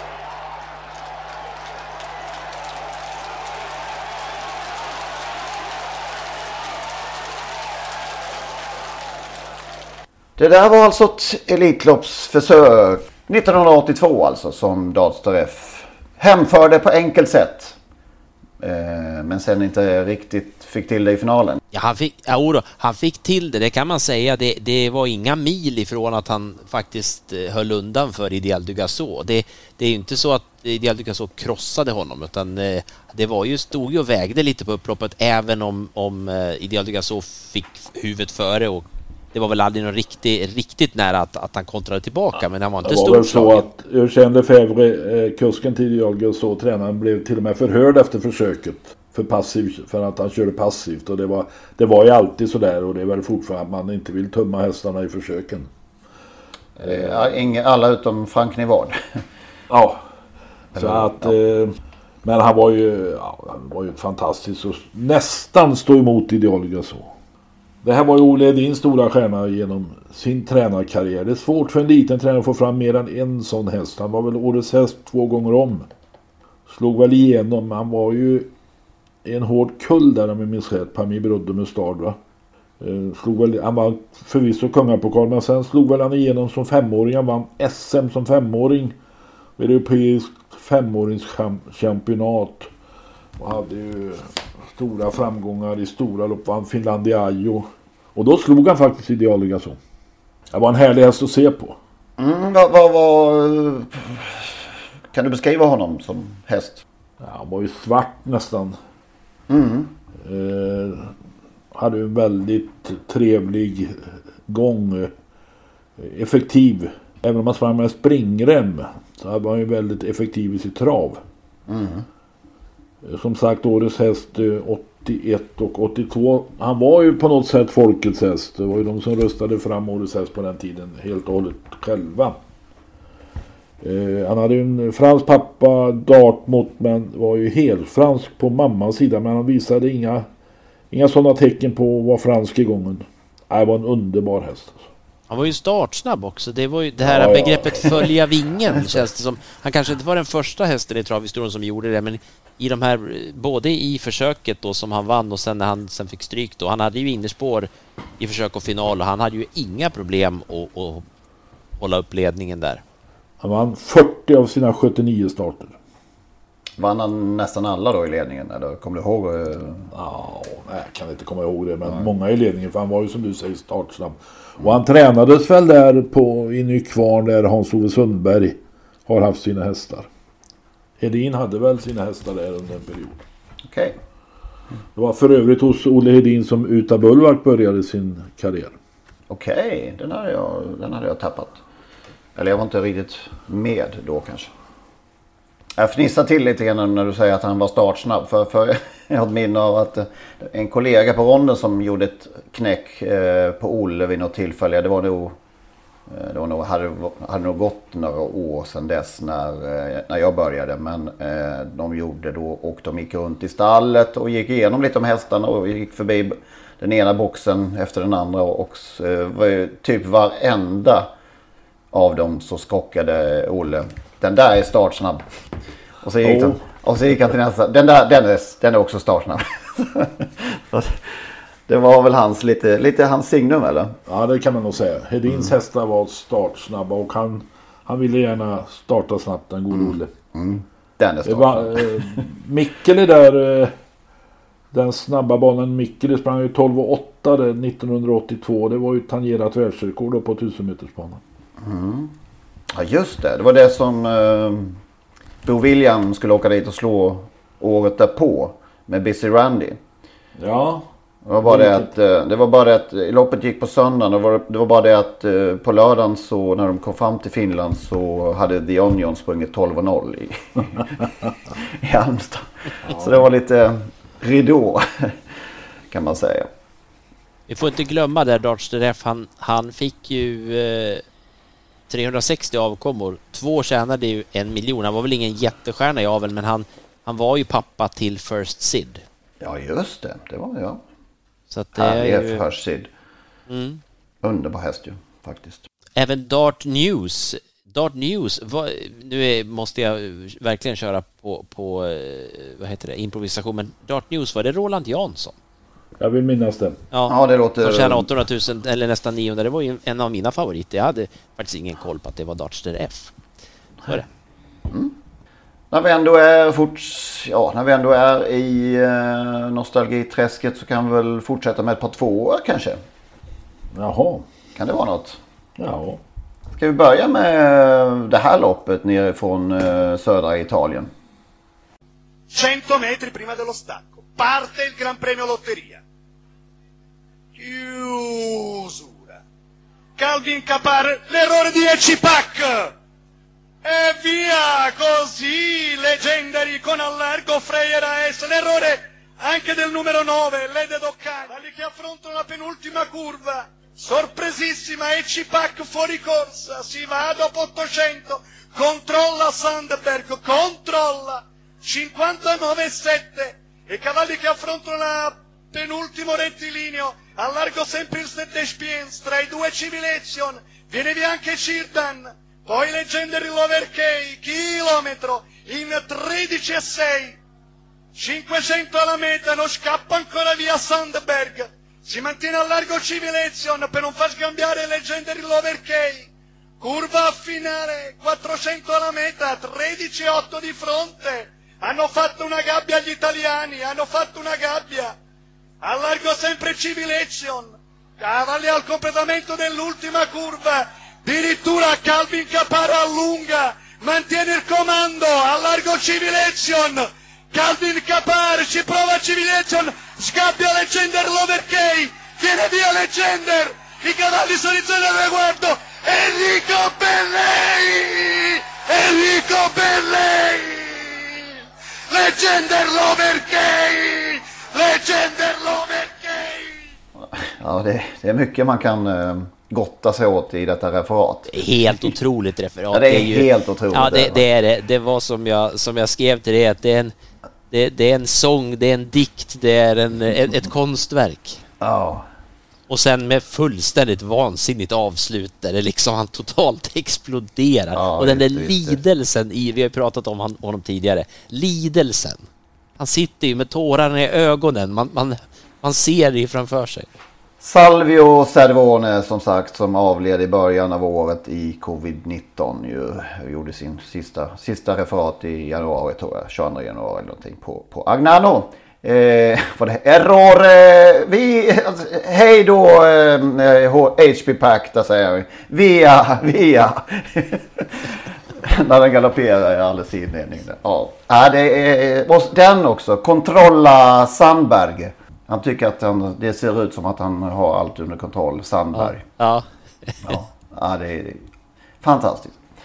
Det där var alltså ett Elitloppsförsök 1982 alltså som Dodge F hemförde på enkelt sätt. Men sen inte riktigt fick till det i finalen. Ja, han fick till det kan man säga. Det var inga mil ifrån att han faktiskt höll undan för Ideal de Gasso. Det är ju inte så att Ideal de Gasso krossade honom, utan det var ju, stod ju och vägde lite på upploppet, även om Ideal de Gasso fick huvudet före, och det var väl aldrig någon riktigt nära att han kontrade tillbaka, men han var inte stort. Det var väl så att Eugène Lefebvre, kusken till Ideal de Gasso, tränaren, blev till och med förhörd efter försöket för att han körde passivt, och det var ju alltid så där, och det är väl fortfarande att man inte vill tumma hästarna i försöken. Alla utom Frank Nivard. Ja. Så att men han var ju ett fantastiskt och nästan stå emot Ideal de Gasso. Det här var ju Olle Hedins stora stjärna genom sin tränarkarriär. Det är svårt för en liten tränare att få fram mer än en sån häst. Han var väl årets häst 2 gånger om. Slog väl igenom. Han var ju en hård kull där med min rätt. Pami Brodde med stad, va? Han var förvisso kungapokal, men sen slog väl han igenom som 5-åring. Han vann SM som 5-åring. Europeiskt 5-åringschampionat. Och hade ju stora framgångar i stora lopp, vann Finlandiajo. Och då slog han faktiskt Ideal de Gasso. Det var en härlig häst att se på. Kan du beskriva honom som häst? Ja, han var ju svart nästan. Hade en väldigt trevlig gång. Effektiv. Även om man sprang med springrem så var han ju väldigt effektiv i sitt trav. Som sagt, årets häst 81 och 82. Han var ju på något sätt folkets häst. Det var ju de som röstade fram årets häst på den tiden helt och hållet själva. Han hade ju en fransk pappa, Dartmouth, men var ju helt fransk på mammans sida. Men han visade inga sådana tecken på att vara fransk i gången. Det var en underbar häst. Han var ju startsnabb också. Det var ju det här begreppet följa vingen, känns det som. Han kanske inte var den första hästen i travhistorien som gjorde det, men i de här, både i försöket då som han vann och sen när han sen fick stryk då. Han hade ju innerspår i försök och final, och han hade ju inga problem att hålla upp ledningen där. Han vann 40 av sina 79 starter. Vann han nästan alla då i ledningen? Eller kommer du ihåg? Nej, jag kan inte komma ihåg det, men många i ledningen, för han var ju som du säger startsnabb. Och han tränades väl där i Nykvarn där Hans-Ove Sundberg har haft sina hästar. Hedin hade väl sina hästar där under en period. Okej. Det var för övrigt hos Olle Hedin som Uta Bullvark började sin karriär. Okej, den hade jag tappat. Eller jag var inte riktigt med då kanske. Jag fnissar till lite grann när du säger att han var startsnabb. För jag har ett minne av att en kollega på ronden som gjorde ett knäck på Olle vid något tillfälle. Det hade nog gått några år sedan dess när jag började. Men de gjorde då, och de gick runt i stallet och gick igenom lite om hästarna och gick förbi den ena boxen efter den andra. Och typ varenda av dem så skockade Olle. Den där är startsnabb. Och så gick han till nästa. Den är också startsnabb. Det var väl hans lite hans signum, eller? Ja, det kan man nog säga. Hedins hästar var startsnabba och han ville gärna starta snabbt, den gode Olle. Den är startsnabb. Mikkeli där, den snabba banan Mikkeli sprang ju 12,8 1982. Det var ju tangerat världsrekord på 1000-metersbanan. Ja, just det. Det var det som Bo William skulle åka dit och slå året därpå med Busy Randy. Ja. Det var bara det att loppet gick på söndagen. Det var bara det att på lördagen så när de kom fram till Finland så hade The Onion sprungit 12,0 i Halmstad. Så det var lite ridå kan man säga. Vi får inte glömma där Darts han fick ju 360 avkommor. 2 tjänade ju 1 miljon. Han var väl ingen jättestjärna i aveln, men han var ju pappa till First Sid. Ja, just det. Det var jag. Så att det är ju First Sid. Underbar häst ju, faktiskt. Även Dart News, måste jag verkligen köra på vad heter det, improvisation, men Dart News, var det Roland Jansson? Jag vill minnas det. Ja, det låter... Som tjänade 800 000 eller nästan 900. Det var ju en av mina favoriter. Jag hade faktiskt ingen koll på att det var Dartster F. Så är det. När vi ändå är i nostalgiträsket så kan vi väl fortsätta med ett par tvåor kanske. Jaha. Kan det vara något? Ja. Ska vi börja med det här loppet nere från södra Italien? 100 metri prima dello stacco. Parte il Gran Premio Lotteria. Chiusura. Calvin Capar, l'errore di Ecipac. E via così, Legendary con allargo Freyer AS, l'errore anche del numero 9, Lede Doccani, lì che affrontano la penultima curva, sorpresissima Ecipac fuori corsa, si va dopo 800, controlla Sandberg, controlla 59,7 e cavalli che affrontano la penultimo rettilineo, allargo sempre il 7 Spiens, tra i 2 Civilization, viene via anche Cirdan. Poi Legendary Lover K, chilometro in 13,6. 500 alla meta, non scappa ancora via Sandberg. Si mantiene a largo Civilization per non far scambiare Legendary Lover K. Curva finale, 400 alla meta, 13,8 di fronte. Hanno fatto una gabbia gli italiani, hanno fatto una gabbia. A largo sempre Civilization. Cavalli al completamento dell'ultima curva. Addirittura Calvin Capara allunga, mantiene il comando, a largo Civilization, Calvin Capar ci prova Civilization, scappia Legender Lover K, viene via Legender, i cavalli sono in zona del riguardo, Enrico Bellei, Legender Lover K, Ja, det är mycket man kan gotta sig åt i detta referat. Helt otroligt referat. Ja, det är helt otroligt. Ja, det är det. Det var som jag skrev till det, att det är en sång, det är en dikt, det är ett konstverk. Ja. Och sen med fullständigt vansinnigt avslut där det liksom han totalt exploderar. Ja, och den där lidelsen vi har pratat om honom tidigare. Lidelsen. Han sitter ju med tårarna i ögonen. Man ser det framför sig. Salvio Cervone som sagt, som avled i början av året i covid-19 gjorde sin sista referat i januari, tror jag, 22 januari eller någonting på Agnano. Var det errore hej då HP Pack, där säger vi via när den galopperar i alldeles inledning. Ja, det är den också, Controlla Sandberg. Han tycker att det ser ut som att han har allt under kontroll, Sandberg. Ja. Ja, det är fantastiskt.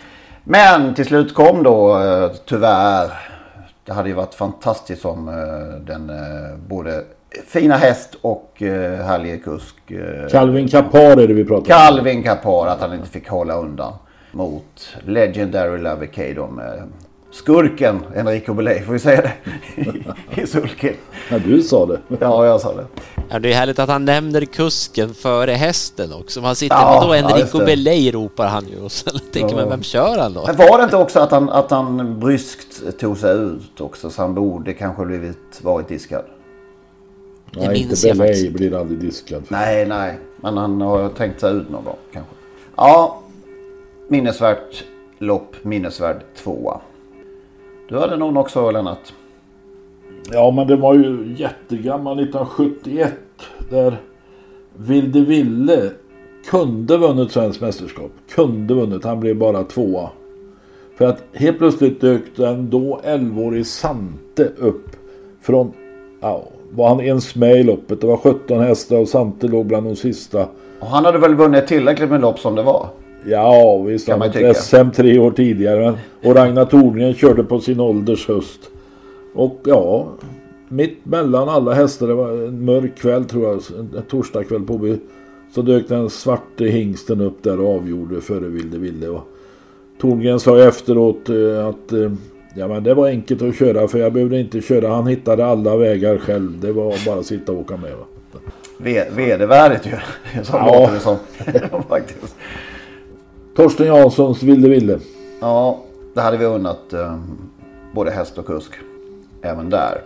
Men till slut kom då tyvärr. Det hade ju varit fantastiskt om den både fina häst och härlige kusk. Calvin Kapar är det vi pratar om. Calvin Kapar, att han inte fick hålla undan mot Legendary Lover K då med skurken Enrico Belay, får vi säga det, i sulken. Ja, du sa det. Ja, jag sa det. Ja, det är härligt att han nämner kusken före hästen också. Man sitter då Enrico Belay ropar han ju och så tänker man, vem kör han då? Men var det inte också att han bryskt tog sig ut också, så han borde kanske varit diskad? Nej, inte Belay blir aldrig diskad. Nej, men han har tänkt sig ut någon gång kanske. Ja, minnesvärt lopp, minnesvärd 2. Du hade någon också, Lennart? Ja, men det var ju jättegammal 1971 där Vilde Ville kunde vunnit svensk mästerskap. Han blev bara 2. För att helt plötsligt dök den då 11-årig Sante upp från, var han ens med i loppet. Det var 17 hästar och Sante låg bland de sista. Och han hade väl vunnit tillräckligt med lopp som det var? Ja, visst. Han var SM 3 år tidigare. Och Ragnar Thorngren körde på sin ålders höst. Och ja, mitt mellan alla hästar, det var en mörk kväll tror jag, en torsdag kväll på, så dök den svarte hingsten upp där och avgjorde före Vilde Ville. Och Thorngren sa efteråt att men det var enkelt att köra, för jag behövde inte köra. Han hittade alla vägar själv. Det var bara att sitta och åka med. Vedervärdigt ju. Ja, faktiskt. Torsten Janssons Vilde Ville. Ja, det hade vi unnat både häst och kusk även där.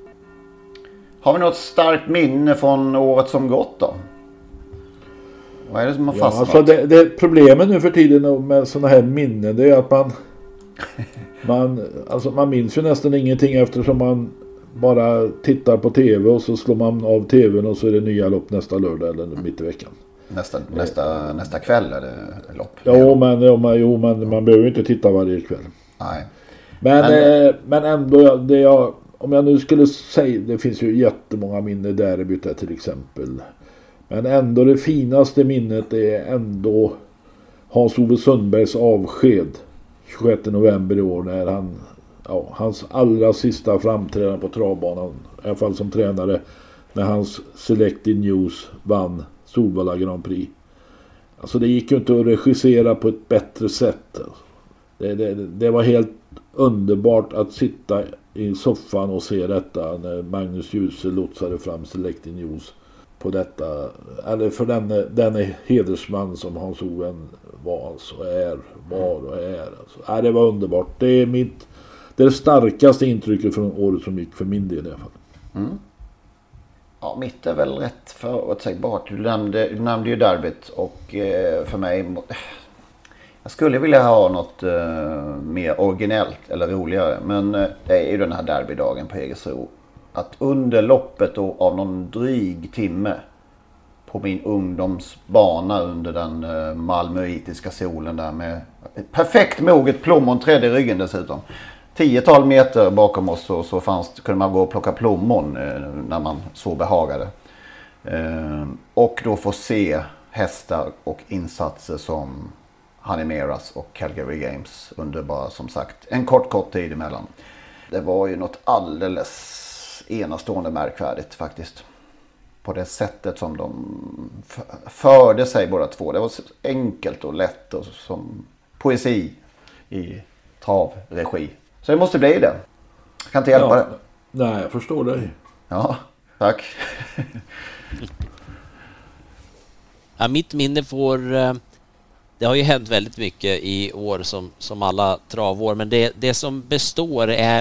Har vi något starkt minne från året som gått då? Vad är det som har fastnat? Alltså det problemet nu för tiden med sådana här minnen, det är att man minns ju nästan ingenting, eftersom man bara tittar på tv och så slår man av tvn och så är det nya lopp nästa lördag eller mitt i veckan. Nästa kväll är det lopp. Jo, men man behöver inte titta varje kväll. Nej. Men ändå, om jag nu skulle säga, det finns ju jättemånga minnen derbyt där till exempel. Men ändå det finaste minnet är ändå Hans-Ove Sundbergs avsked 26 november i år, när hans allra sista framträdande på travbanan, i alla fall som tränare, när hans Selected News vann Solvalla Grand Prix. Alltså det gick ju inte att regissera på ett bättre sätt. Det var helt underbart att sitta i soffan och se detta när Magnus Djuse lotsade fram Selected News på detta, eller för den hedersman som Hans-Ove var och är. Alltså. Det var underbart. Det är det starkaste intrycket från året som gick för min del i alla fall. Mm. Ja, mitt är väl rätt förutsägbart. Du nämnde ju derbyt, och för mig, jag skulle vilja ha något mer originellt eller roligare, men det är ju den här derbydagen på Jägersro. Att under loppet och av någon dryg timme på min ungdomsbana under den malmöitiska solen där med ett perfekt moget plommonträd i ryggen dessutom. 10-tal meter bakom oss så kunde man gå och plocka plommon när man så behagade. Och då få se hästar och insatser som Hanimeras och Calgary Games under bara, som sagt, en kort tid emellan. Det var ju något alldeles enastående märkvärdigt faktiskt. På det sättet som de förde sig båda två. Det var så enkelt och lätt och som poesi i travregi. Så det måste bli det. Jag kan inte hjälpa det. Nej, jag förstår dig. Ja, tack. Ja, mitt minne det har ju hänt väldigt mycket i år som alla travår, men det som består är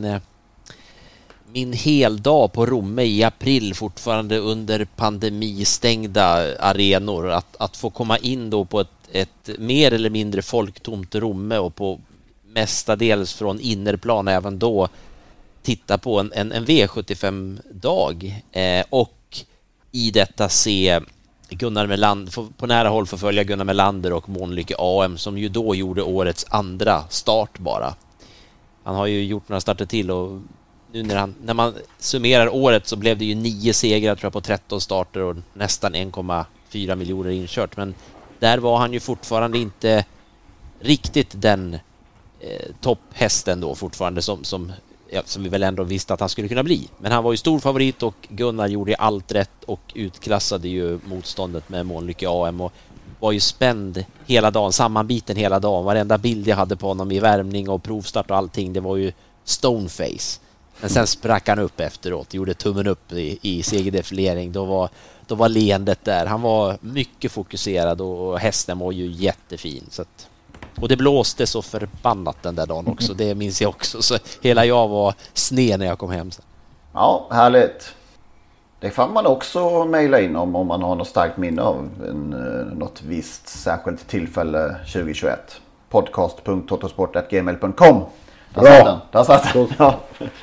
min heldag på Romme i april, fortfarande under pandemistängda arenor, att få komma in då på ett mer eller mindre folktomt Romme och på mestadels från innerplan även då titta på en V75-dag och i detta se Gunnar Melander, på nära håll förfölja Gunnar Melander och Månlykke AM, som ju då gjorde årets andra start bara. Han har ju gjort några starter till, och nu när man summerar året så blev det ju 9 segrar tror jag på 13 starter och nästan 1,4 miljoner inkört, men där var han ju fortfarande inte riktigt den topphästen då fortfarande som vi väl ändå visste att han skulle kunna bli. Men han var ju stor favorit och Gunnar gjorde allt rätt och utklassade ju motståndet med Månlycke AM och var ju spänd hela dagen, sammanbiten hela dagen. Varenda bild jag hade på honom i värmning och provstart och allting, det var ju stoneface. Men sen sprack han upp efteråt, gjorde tummen upp i segerdefilering. Då var leendet där. Han var mycket fokuserad och hästen var ju jättefin. Så att, och det blåste så förbannat den där dagen också, det minns jag också. Så hela jag var sned när jag kom hem. Ja, härligt. Det får man också mejla in om man har något starkt minne av något visst särskilt tillfälle 2021. podcast.totosport@gmail.com. Där satt den. Ja.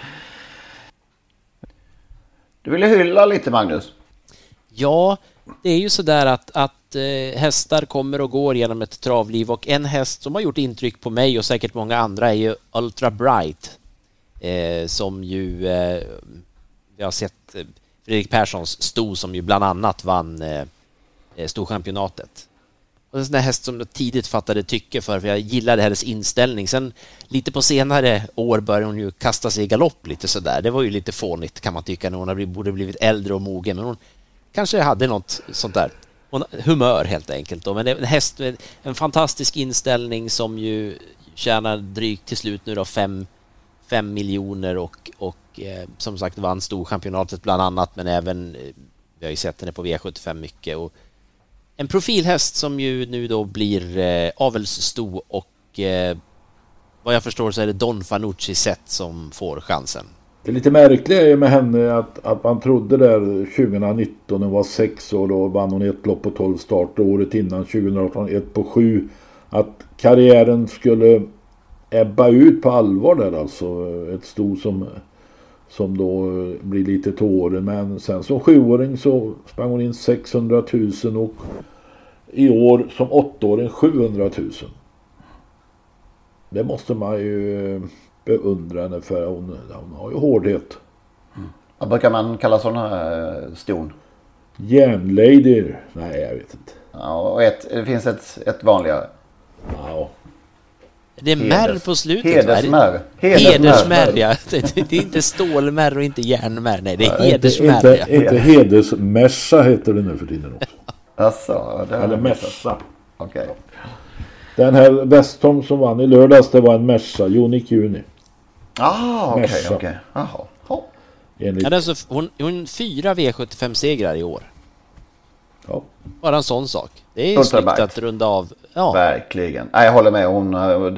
Du ville hylla lite, Magnus. Ja, det är ju så där att hästar kommer och går genom ett travliv och en häst som har gjort intryck på mig och säkert många andra är ju Ultra Bright som ju vi har sett Fredrik Perssons sto som ju bland annat vann storchampionatet. Och en sån där häst som jag tidigt fattade tycke för jag gillade hennes inställning. Sen lite på senare år började hon ju kasta sig i galopp lite sådär. Det var ju lite fånigt kan man tycka när hon borde blivit äldre och mogen. Men hon kanske hade något sånt där humör helt enkelt. Då. Men det är en häst med en fantastisk inställning som ju tjänar drygt till slut nu då 5 miljoner och som sagt vann storchampionatet bland annat, men även vi har ju sett henne på V75 mycket och en profilhäst som ju nu då blir avelssto och vad jag förstår så är det Don Fanucci sett som får chansen. Det är lite märkligt med henne att man trodde där 2019, hon var 6 år och vann hon ett lopp på 12 starter, året innan 2018 1 på 7, att karriären skulle ebba ut på allvar där, alltså ett sto som då blir lite tåren, men sen som 7-åring så sprang hon in 600 000 och i år som 8-åring 700 000. Det måste man ju beundra henne för, hon har ju hårdhet. Vad brukar man kalla sådana ston? Järnlady? Nej, jag vet inte. Ja, och det finns ett vanligare. Ja. Det är märr på slutet. Hedersmärr. Hedersmärr, ja. Det är inte stålmärr och inte järnmärr. Nej, det är hedersmärr. Inte hedersmässa heter det nu för tiden också. Alltså, eller mässa. Okej. Den här Westholm som vann i lördags, det var en mässa. Unique Juni. Okej. Jaha. Alltså, hon 4 V75-segrar i år. Ja. Bara en sån sak. Det är snyggt att runda av. Ja. Verkligen. Nej, jag håller med. Hon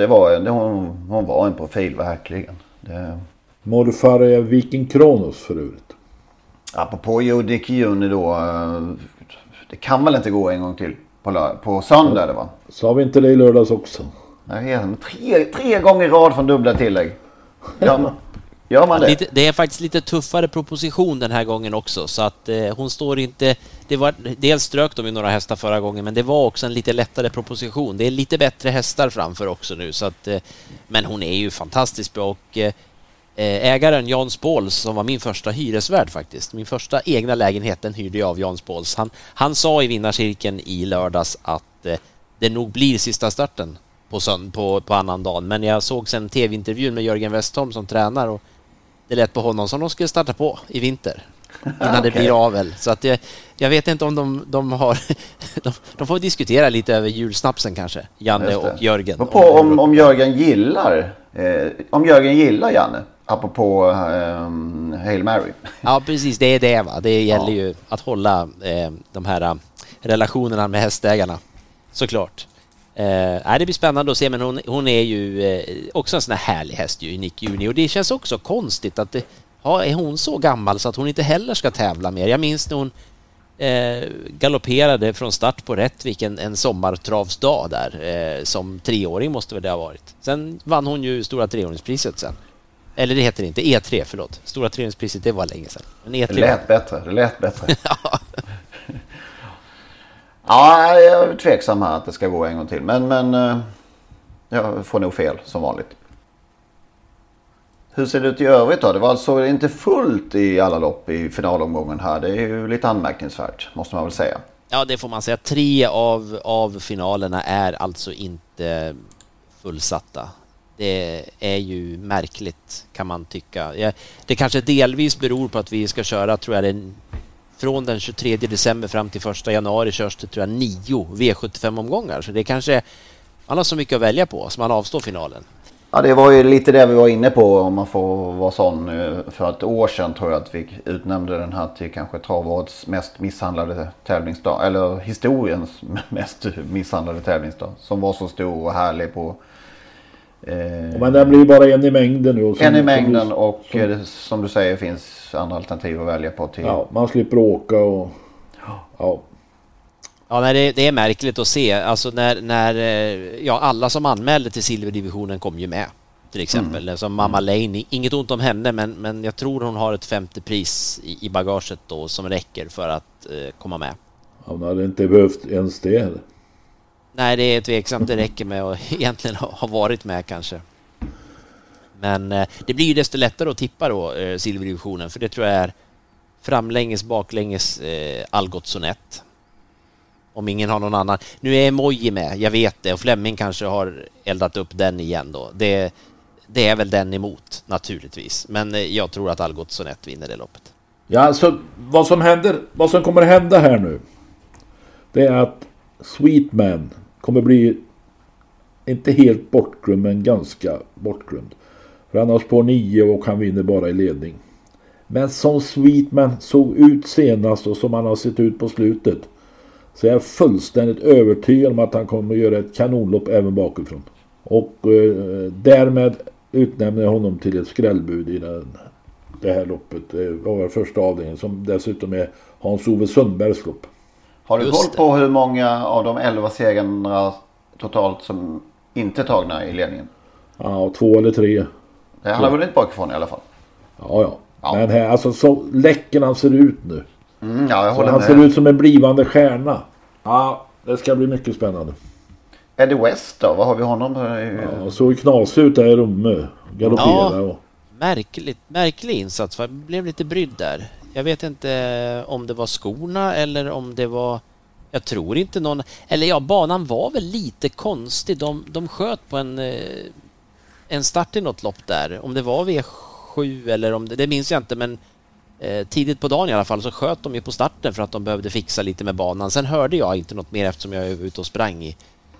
var en profil, verkligen. Morfar är Viking Kronos för övrigt. Apropå Unique Juni då. Det kan väl inte gå en gång till på söndag, eller va? Sa vi inte det i lördags också? Nej, 3 gånger i rad från dubbla tillägg. Gör man det? Det är faktiskt lite tuffare proposition den här gången också, så att hon står inte. Det var dels strök de i några hästar förra gången, men det var också en lite lättare proposition. Det är lite bättre hästar framför också nu, så att men hon är ju fantastiskt bra och ägaren Jan Spåls, som var min första hyresvärd faktiskt. Min första egna lägenheten hyrde jag av Jan Spåls. Han sa i vinnarcirkeln i lördags att det nog blir sista starten på annan dagen. Men jag såg sen tv-intervjun med Jörgen Westholm som tränar och det lät på honom som de skulle starta på i vinter innan det blir avel. Så att jag vet inte om de har de får diskutera lite över julsnapsen kanske, Janne och Jörgen. Om Jörgen gillar Janne, apropå Hail Mary. Ja, precis, det är det, va. Det gäller ju att hålla de här relationerna med hästägarna, såklart. Det blir spännande att se, men hon är ju också en sån här härlig häst, Unique Juni, och det känns också konstigt att är hon så gammal så att hon inte heller ska tävla mer. Jag minns när hon galopperade från start på Rättvik en sommartravsdag där, som 3-åring måste väl det ha varit. Sen vann hon ju stora 3-åringspriset sen. Eller det heter inte, E3, förlåt. Stora 3-åringspriset, det var länge sedan. Men E3 det lät bättre. Ja, jag är tveksam här att det ska gå en gång till. Men jag får nog fel som vanligt. Hur ser det ut i övrigt då? Det var alltså inte fullt i alla lopp i finalomgången här. Det är ju lite anmärkningsvärt, måste man väl säga. Ja, det får man säga. 3 av finalerna är alltså inte fullsatta. Det är ju märkligt, kan man tycka. Det kanske delvis beror på att vi ska köra, tror jag, från den 23 december fram till 1 januari körs det, tror jag, 9 V75-omgångar. Så det kanske, man har så mycket att välja på så man avstår finalen. Ja, det var ju lite det vi var inne på, om man får vara sån. För ett år sedan tror jag att vi utnämnde den här till kanske travårdets mest misshandlade tävlingsdag. Eller historiens mest misshandlade tävlingsdag. Som var så stor och härlig på... Men den blir bara en i mängden nu. En i mängden och som du säger finns andra alternativ att välja på till. Ja, man slipper åka och... Ja. Ja, nej, det är märkligt att se. Alltså när alla som anmälde till silverdivisionen kom ju med. Till exempel. Som Mamma Lane. Inget ont om henne, men jag tror hon har ett 5:e pris i bagaget då som räcker för att komma med. Ja, hon hade inte behövt ens det heller. Nej, det är tveksamt. Det räcker med att egentligen ha varit med kanske. Men det blir ju desto lättare att tippa då silverdivisionen. För det tror jag är framlänges, baklänges Algotsson 1. Om ingen har någon annan. Nu är Emoji med, jag vet det. Och Flemming kanske har eldat upp den igen då. Det är väl den emot, naturligtvis. Men jag tror att Algotsson 1 vinner det loppet. Ja, alltså vad som kommer hända här nu, det är att Sweetman kommer bli inte helt bortglömd, men ganska bortglömd. För han har spår 9 och han vinner bara i ledning. Men som Sweetman såg ut senast och som han har sett ut på slutet, så är jag fullständigt övertygad om att han kommer att göra ett kanonlopp även bakifrån. Och därmed utnämner jag honom till ett skrällbud i det här loppet. Det var första avdelningen som dessutom är Hans-Ove Sundbergs lopp. Har du koll på hur många av de 11 segrarna totalt som inte är tagna i ledningen? Ja, 2 eller 3. Han har vunnit bakifrån i alla fall. Ja. Men här, alltså så läcken han ser ut nu. Jag håller han med. ser ut som en blivande stjärna. Ja, det ska bli mycket spännande. Eddie West då? Vad har vi honom? Ja, såg knasig ut där i Romme. Galoppera och... Märklig insats. Jag blev lite brydd där. Jag vet inte om det var skorna eller om det var... Jag tror inte någon... Eller ja, banan var väl lite konstig. De sköt på en start i något lopp där. Om det var V7 eller om det minns jag inte, men tidigt på dagen i alla fall så sköt de ju på starten för att de behövde fixa lite med banan. Sen hörde jag inte något mer eftersom jag var ute och sprang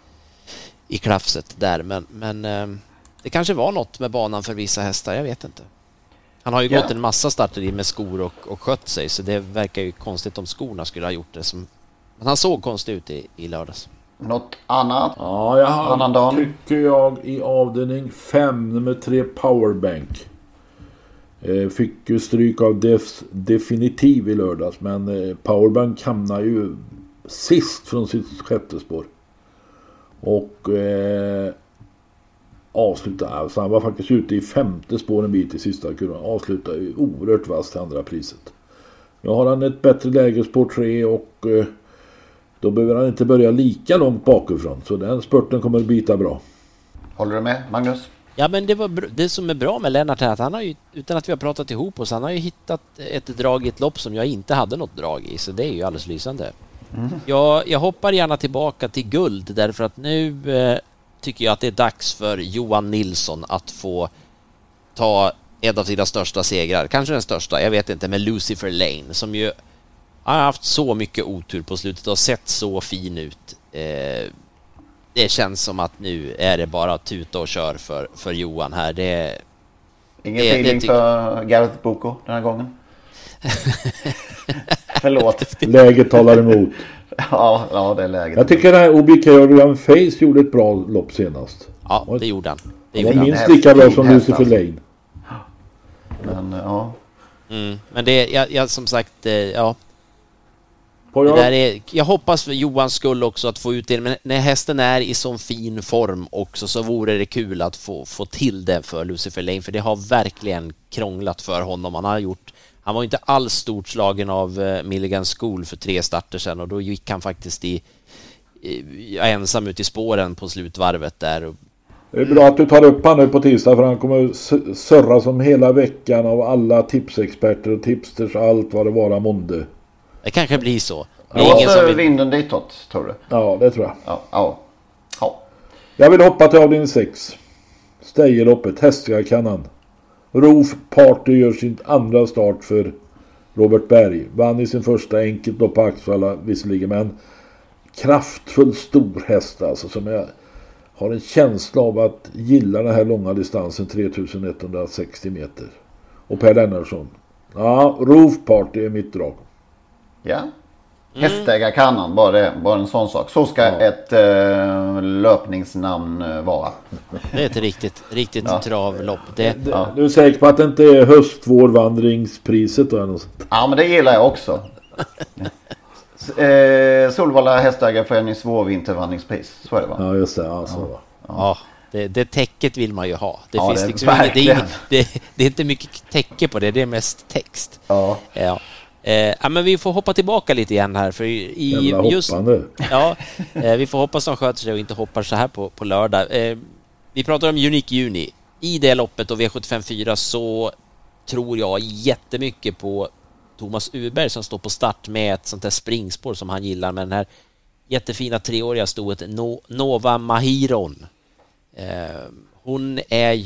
i klafset där. Men det kanske var något med banan för vissa hästar, jag vet inte. Han har ju gått en massa starter i med skor och skött sig, så det verkar ju konstigt om skorna skulle ha gjort det. Men han såg konstigt ut i lördags. Något annat? Ja, tycker jag i avdelning 5, nummer 3 Powerbank. Fick ju stryk av definitiv i lördags, men Powerbank hamnar ju sist från sitt sjätte spår. Och avslutade, alltså han var faktiskt ute i 5:e spår en bit i sista kurvan. Avslutade ju oerhört vasst till andra priset. Nu har han ett bättre läge, spår 3, och då behöver han inte börja lika långt bakifrån. Så den spurten kommer att bita bra. Håller du med, Magnus? Ja, men det som är bra med Lennart är att han har ju, utan att vi har pratat ihop oss, han har ju hittat ett drag i ett lopp som jag inte hade något drag i. Så det är ju alldeles lysande. Jag hoppar gärna tillbaka till guld, därför att nu tycker jag att det är dags för Johan Nilsson att få ta en av sina största segrar. Kanske den största, jag vet inte, med Lucifer Lane, som ju har haft så mycket otur på slutet och sett så fin ut. Det känns som att nu är det bara att tuta och kör för Johan här. Ingen feeling för Gareth Boko den här gången? Förlåt. Läget talar emot. Ja, det är läget. Jag tycker att OBK Orion Face gjorde ett bra lopp senast. Ja, det gjorde han. Det var minst lika bra som Lucifer Lane. Men ja. Men det jag som sagt, ja. Det där är, jag hoppas för Johans skull också att få ut det, men när hästen är i sån fin form också, så vore det kul att få till det för Lucifer Lane, för det har verkligen krånglat för honom. Han var inte alls stort slagen av Milligan School för 3 starter sedan, och då gick han faktiskt ensam ut i spåren på slutvarvet där. Det är bra att du tar upp han nu på tisdag, för han kommer surra som hela veckan av alla tipsexperter och tipsters och allt vad det vara månde. Det kanske blir så. Det är ingen som vinden ditåt, tror du? Ja, det tror jag. Ja. Jag vill hoppa till avdelning 6. Stejerloppet, Hästjägarkannan. Roof Party gör sin andra start för Robert Berg. Vann i sin första enkelt då på Axvalla visserligen, men kraftfull stor häst alltså, som jag har en känsla av att gilla den här långa distansen 3160 meter. Och Per Lennartsson. Ja, Roof Party är mitt drag. Ja. Hästägarkannan, bara en sån sak. Så ska ett löpningsnamn vara. Det är ett riktigt travlopp. Du är säker på att det inte är höstvårvandringspriset då? Ja, men det gillar jag också. Solvalla Hästägarförenings vårvintervandringspris. Så är det, va? Ja, just det. Alltså. Ja, det täcket vill man ju ha. Det finns det liksom det är inte mycket täcke på det. Det är mest text. Ja. Men vi får hoppa tillbaka lite igen här, för vi får hoppas de sköter sig och inte hoppar så här på lördag. Vi pratar om Unique Juni. I det loppet och V75-4 så tror jag jättemycket på Thomas Urberg som står på start med ett sånt där springspår som han gillar, med den här jättefina treåriga stoet Nova Mahiron. Hon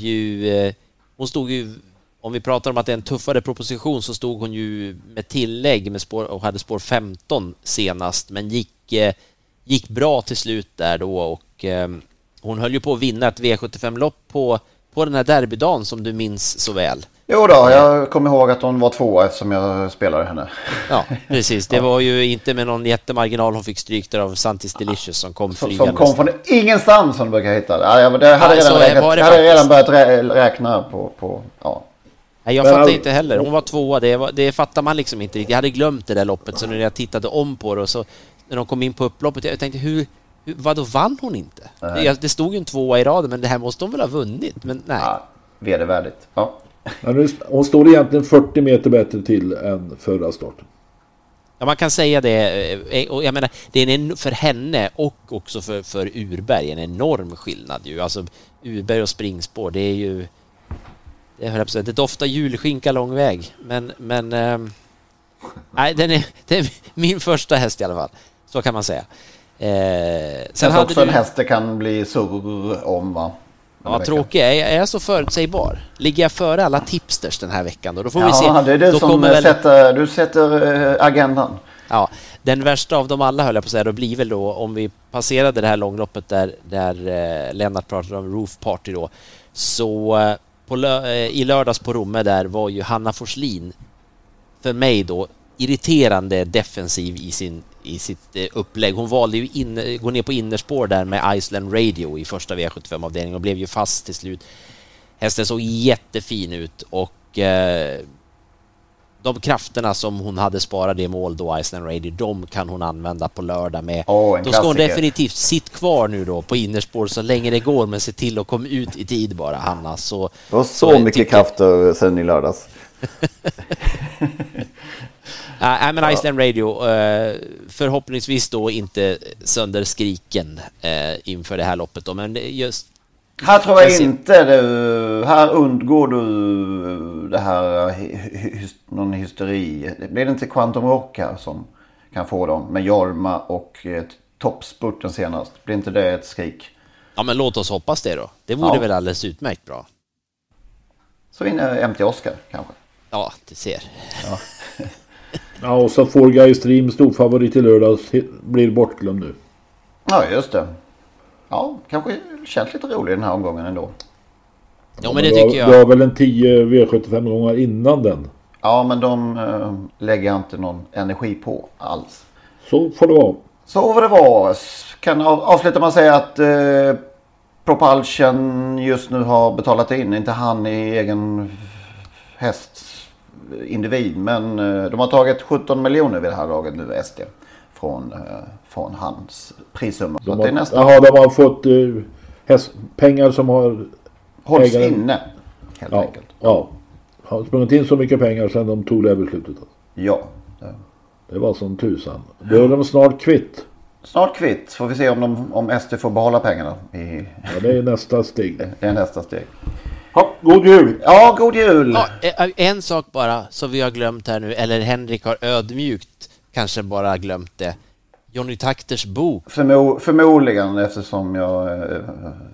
stod ju, om vi pratar om att det är en tuffare proposition, så stod hon ju med tillägg med spår och hade spår 15 senast, men gick bra till slut där då, och hon höll ju på att vinna ett V75-lopp på den här derbydagen som du minns så väl. Jo då, jag kommer ihåg att hon var 2 eftersom jag spelade henne. Ja, precis. Det var ju inte med någon jättemarginal hon fick stryk där av Santis Delicious som kom flygande. Som kom från ingenstans som du brukar hitta. Det hade jag redan börjat räkna på. Nej, jag fattar inte heller. Hon var 2. Det fattar man liksom inte. Jag hade glömt det där loppet, så när jag tittade om på det och så när de kom in på upploppet, jag tänkte vadå, vann hon inte? Det stod ju en 2 i raden, men det här måste hon väl ha vunnit, men nej. Ja, vedervärdigt. Ja. Hon står egentligen 40 meter bättre till än förra starten. Ja, man kan säga det. Och jag menar, det är för henne och också för Urberg en enorm skillnad ju. Alltså Urberg och springspår, det är ju det doftar julskinka lång väg. Men nej, det är min första häst i alla fall. Så kan man säga. Sen hade också en häst det kan bli surr om, va? Ja, tråkigt. Är jag så förutsägbar? Ligger jag före alla tipsters den här veckan då? Då får vi se. Det är du som du sätter agendan. Ja, den värsta av dem alla höll jag på att säga, då blir väl då, om vi passerade det här långloppet där Lennart pratade om Roof Party då, så i lördags på Romme där var ju Hanna Forslin för mig då irriterande defensiv i sitt upplägg. Hon valde ju gå ner på innerspår där med Iceland Radio i första V75-avdelningen och blev ju fast till slut. Hästen såg jättefin ut, och de krafterna som hon hade sparat i mål då, Iceland Radio, de kan hon använda på lördag med. Då ska hon definitivt sitt kvar nu då på innerspår så länge det går, men se till att komma ut i tid bara, Hanna. Så mycket krafter sen i lördags. Men Iceland Radio förhoppningsvis då inte sönderskriken inför det här loppet då, men just här tror jag inte här undgår du det här någon hysteri. Blir det inte Quantum Rock här som kan få dem med Jorma och toppspurten senast? Blir inte det ett skrik? Ja, men låt oss hoppas det då. Det vore väl alldeles utmärkt bra. Så vinner MT Oscar kanske. Ja, det ser. Ja. Ja, och så får Guy Stream stor favorit i lördags blir bortglömd nu. Ja, just det. Ja, kanske känns lite rolig den här omgången ändå. Ja, men det tycker jag. Du har väl en 10 V75 gånger innan den? Ja, men de lägger jag inte någon energi på alls. Så får det vara. Så får det vara. Kan avsluta med att säga att Propulsion just nu har betalat in. Inte han i egen hästindivid, men de har tagit 17 miljoner vid det här laget nu, SD. Från hans prissumma. De har fått pengar som har hålls inne helt enkelt. Ja, har sprungit in så mycket pengar sedan de tog det här beslutet. Ja. Det var som tusan. Då är de snart kvitt. Snart kvitt. Får vi se om SD får behålla pengarna. Ja, det är nästa steg. Det är nästa steg. Ja, god jul! Ja, god jul! Ja, en sak bara som vi har glömt här nu, eller Henrik har ödmjukt kanske bara glömt det. Johnny Takters bok. Förmodligen, eftersom jag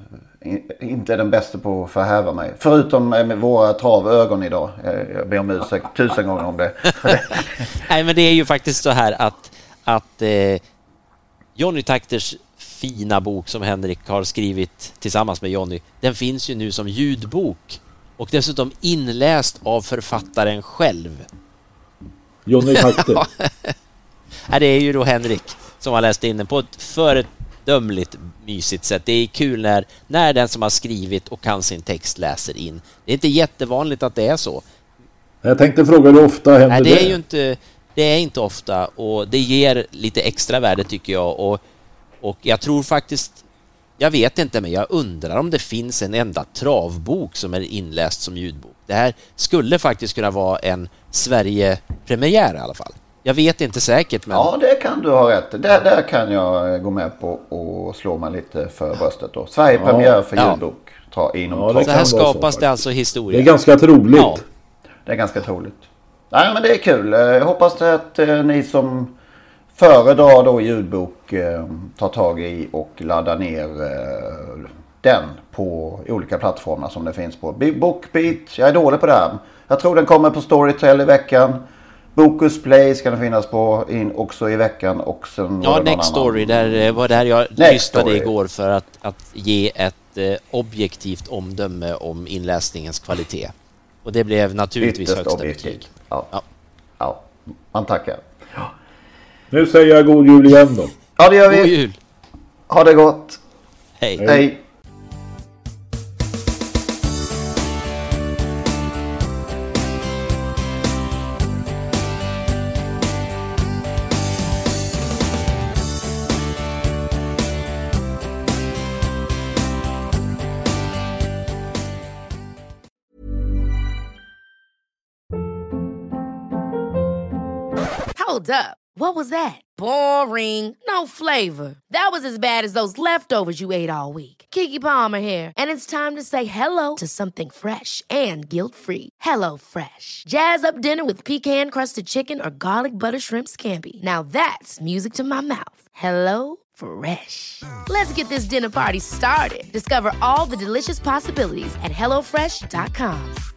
inte är den bästa på att förhäva mig. Förutom med våra travögon idag. Jag ber om ursäkt 1000 gånger om det. Nej, men det är ju faktiskt så här att Johnny Takters fina bok som Henrik har skrivit tillsammans med Johnny, den finns ju nu som ljudbok och dessutom inläst av författaren själv. Johnny Takter. Ja, det är ju då Henrik som har läst in den på ett föredömligt mysigt sätt. Det är kul när den som har skrivit och kan sin text läser in. Det är inte jättevanligt att det är så. Jag tänkte fråga dig ofta händer Nej, det är ju inte ofta, och det ger lite extra värde tycker jag, och jag tror faktiskt, jag vet inte, men jag undrar om det finns en enda travbok som är inläst som ljudbok. Det här skulle faktiskt kunna vara en Sverige-premiär i alla fall. Jag vet inte säkert, men... Ja, det kan du ha rätt. Där kan jag gå med på och slå mig lite för bröstet då. Sverige-premiär för ljudbok. Så här skapas det alltså historia. Det är ganska troligt. Ja, det är ganska troligt. Nej, men det är kul. Jag hoppas att ni som föredrar då ljudbok tar tag i och laddar ner den på olika plattformar som det finns på. Bookbeat, jag är dålig på det här. Jag tror den kommer på Storytel i veckan. Bokus Play ska den finnas på också i veckan. Och sen Next Story, där var där jag lyssnade igår för att ge ett objektivt omdöme om inläsningens kvalitet. Och det blev naturligtvis högsta betyg. Ja, man tackar. Ja. Nu säger jag god jul igen då. Ja, det gör vi. God jul. Ha det gott. Hej. Hej. Hold up. What was that? Boring. No flavor. That was as bad as those leftovers you ate all week. Keke Palmer here, and it's time to say hello to something fresh and guilt-free. Hello Fresh. Jazz up dinner with pecan-crusted chicken or garlic butter shrimp scampi. Now that's music to my mouth. Hello Fresh. Let's get this dinner party started. Discover all the delicious possibilities at HelloFresh.com.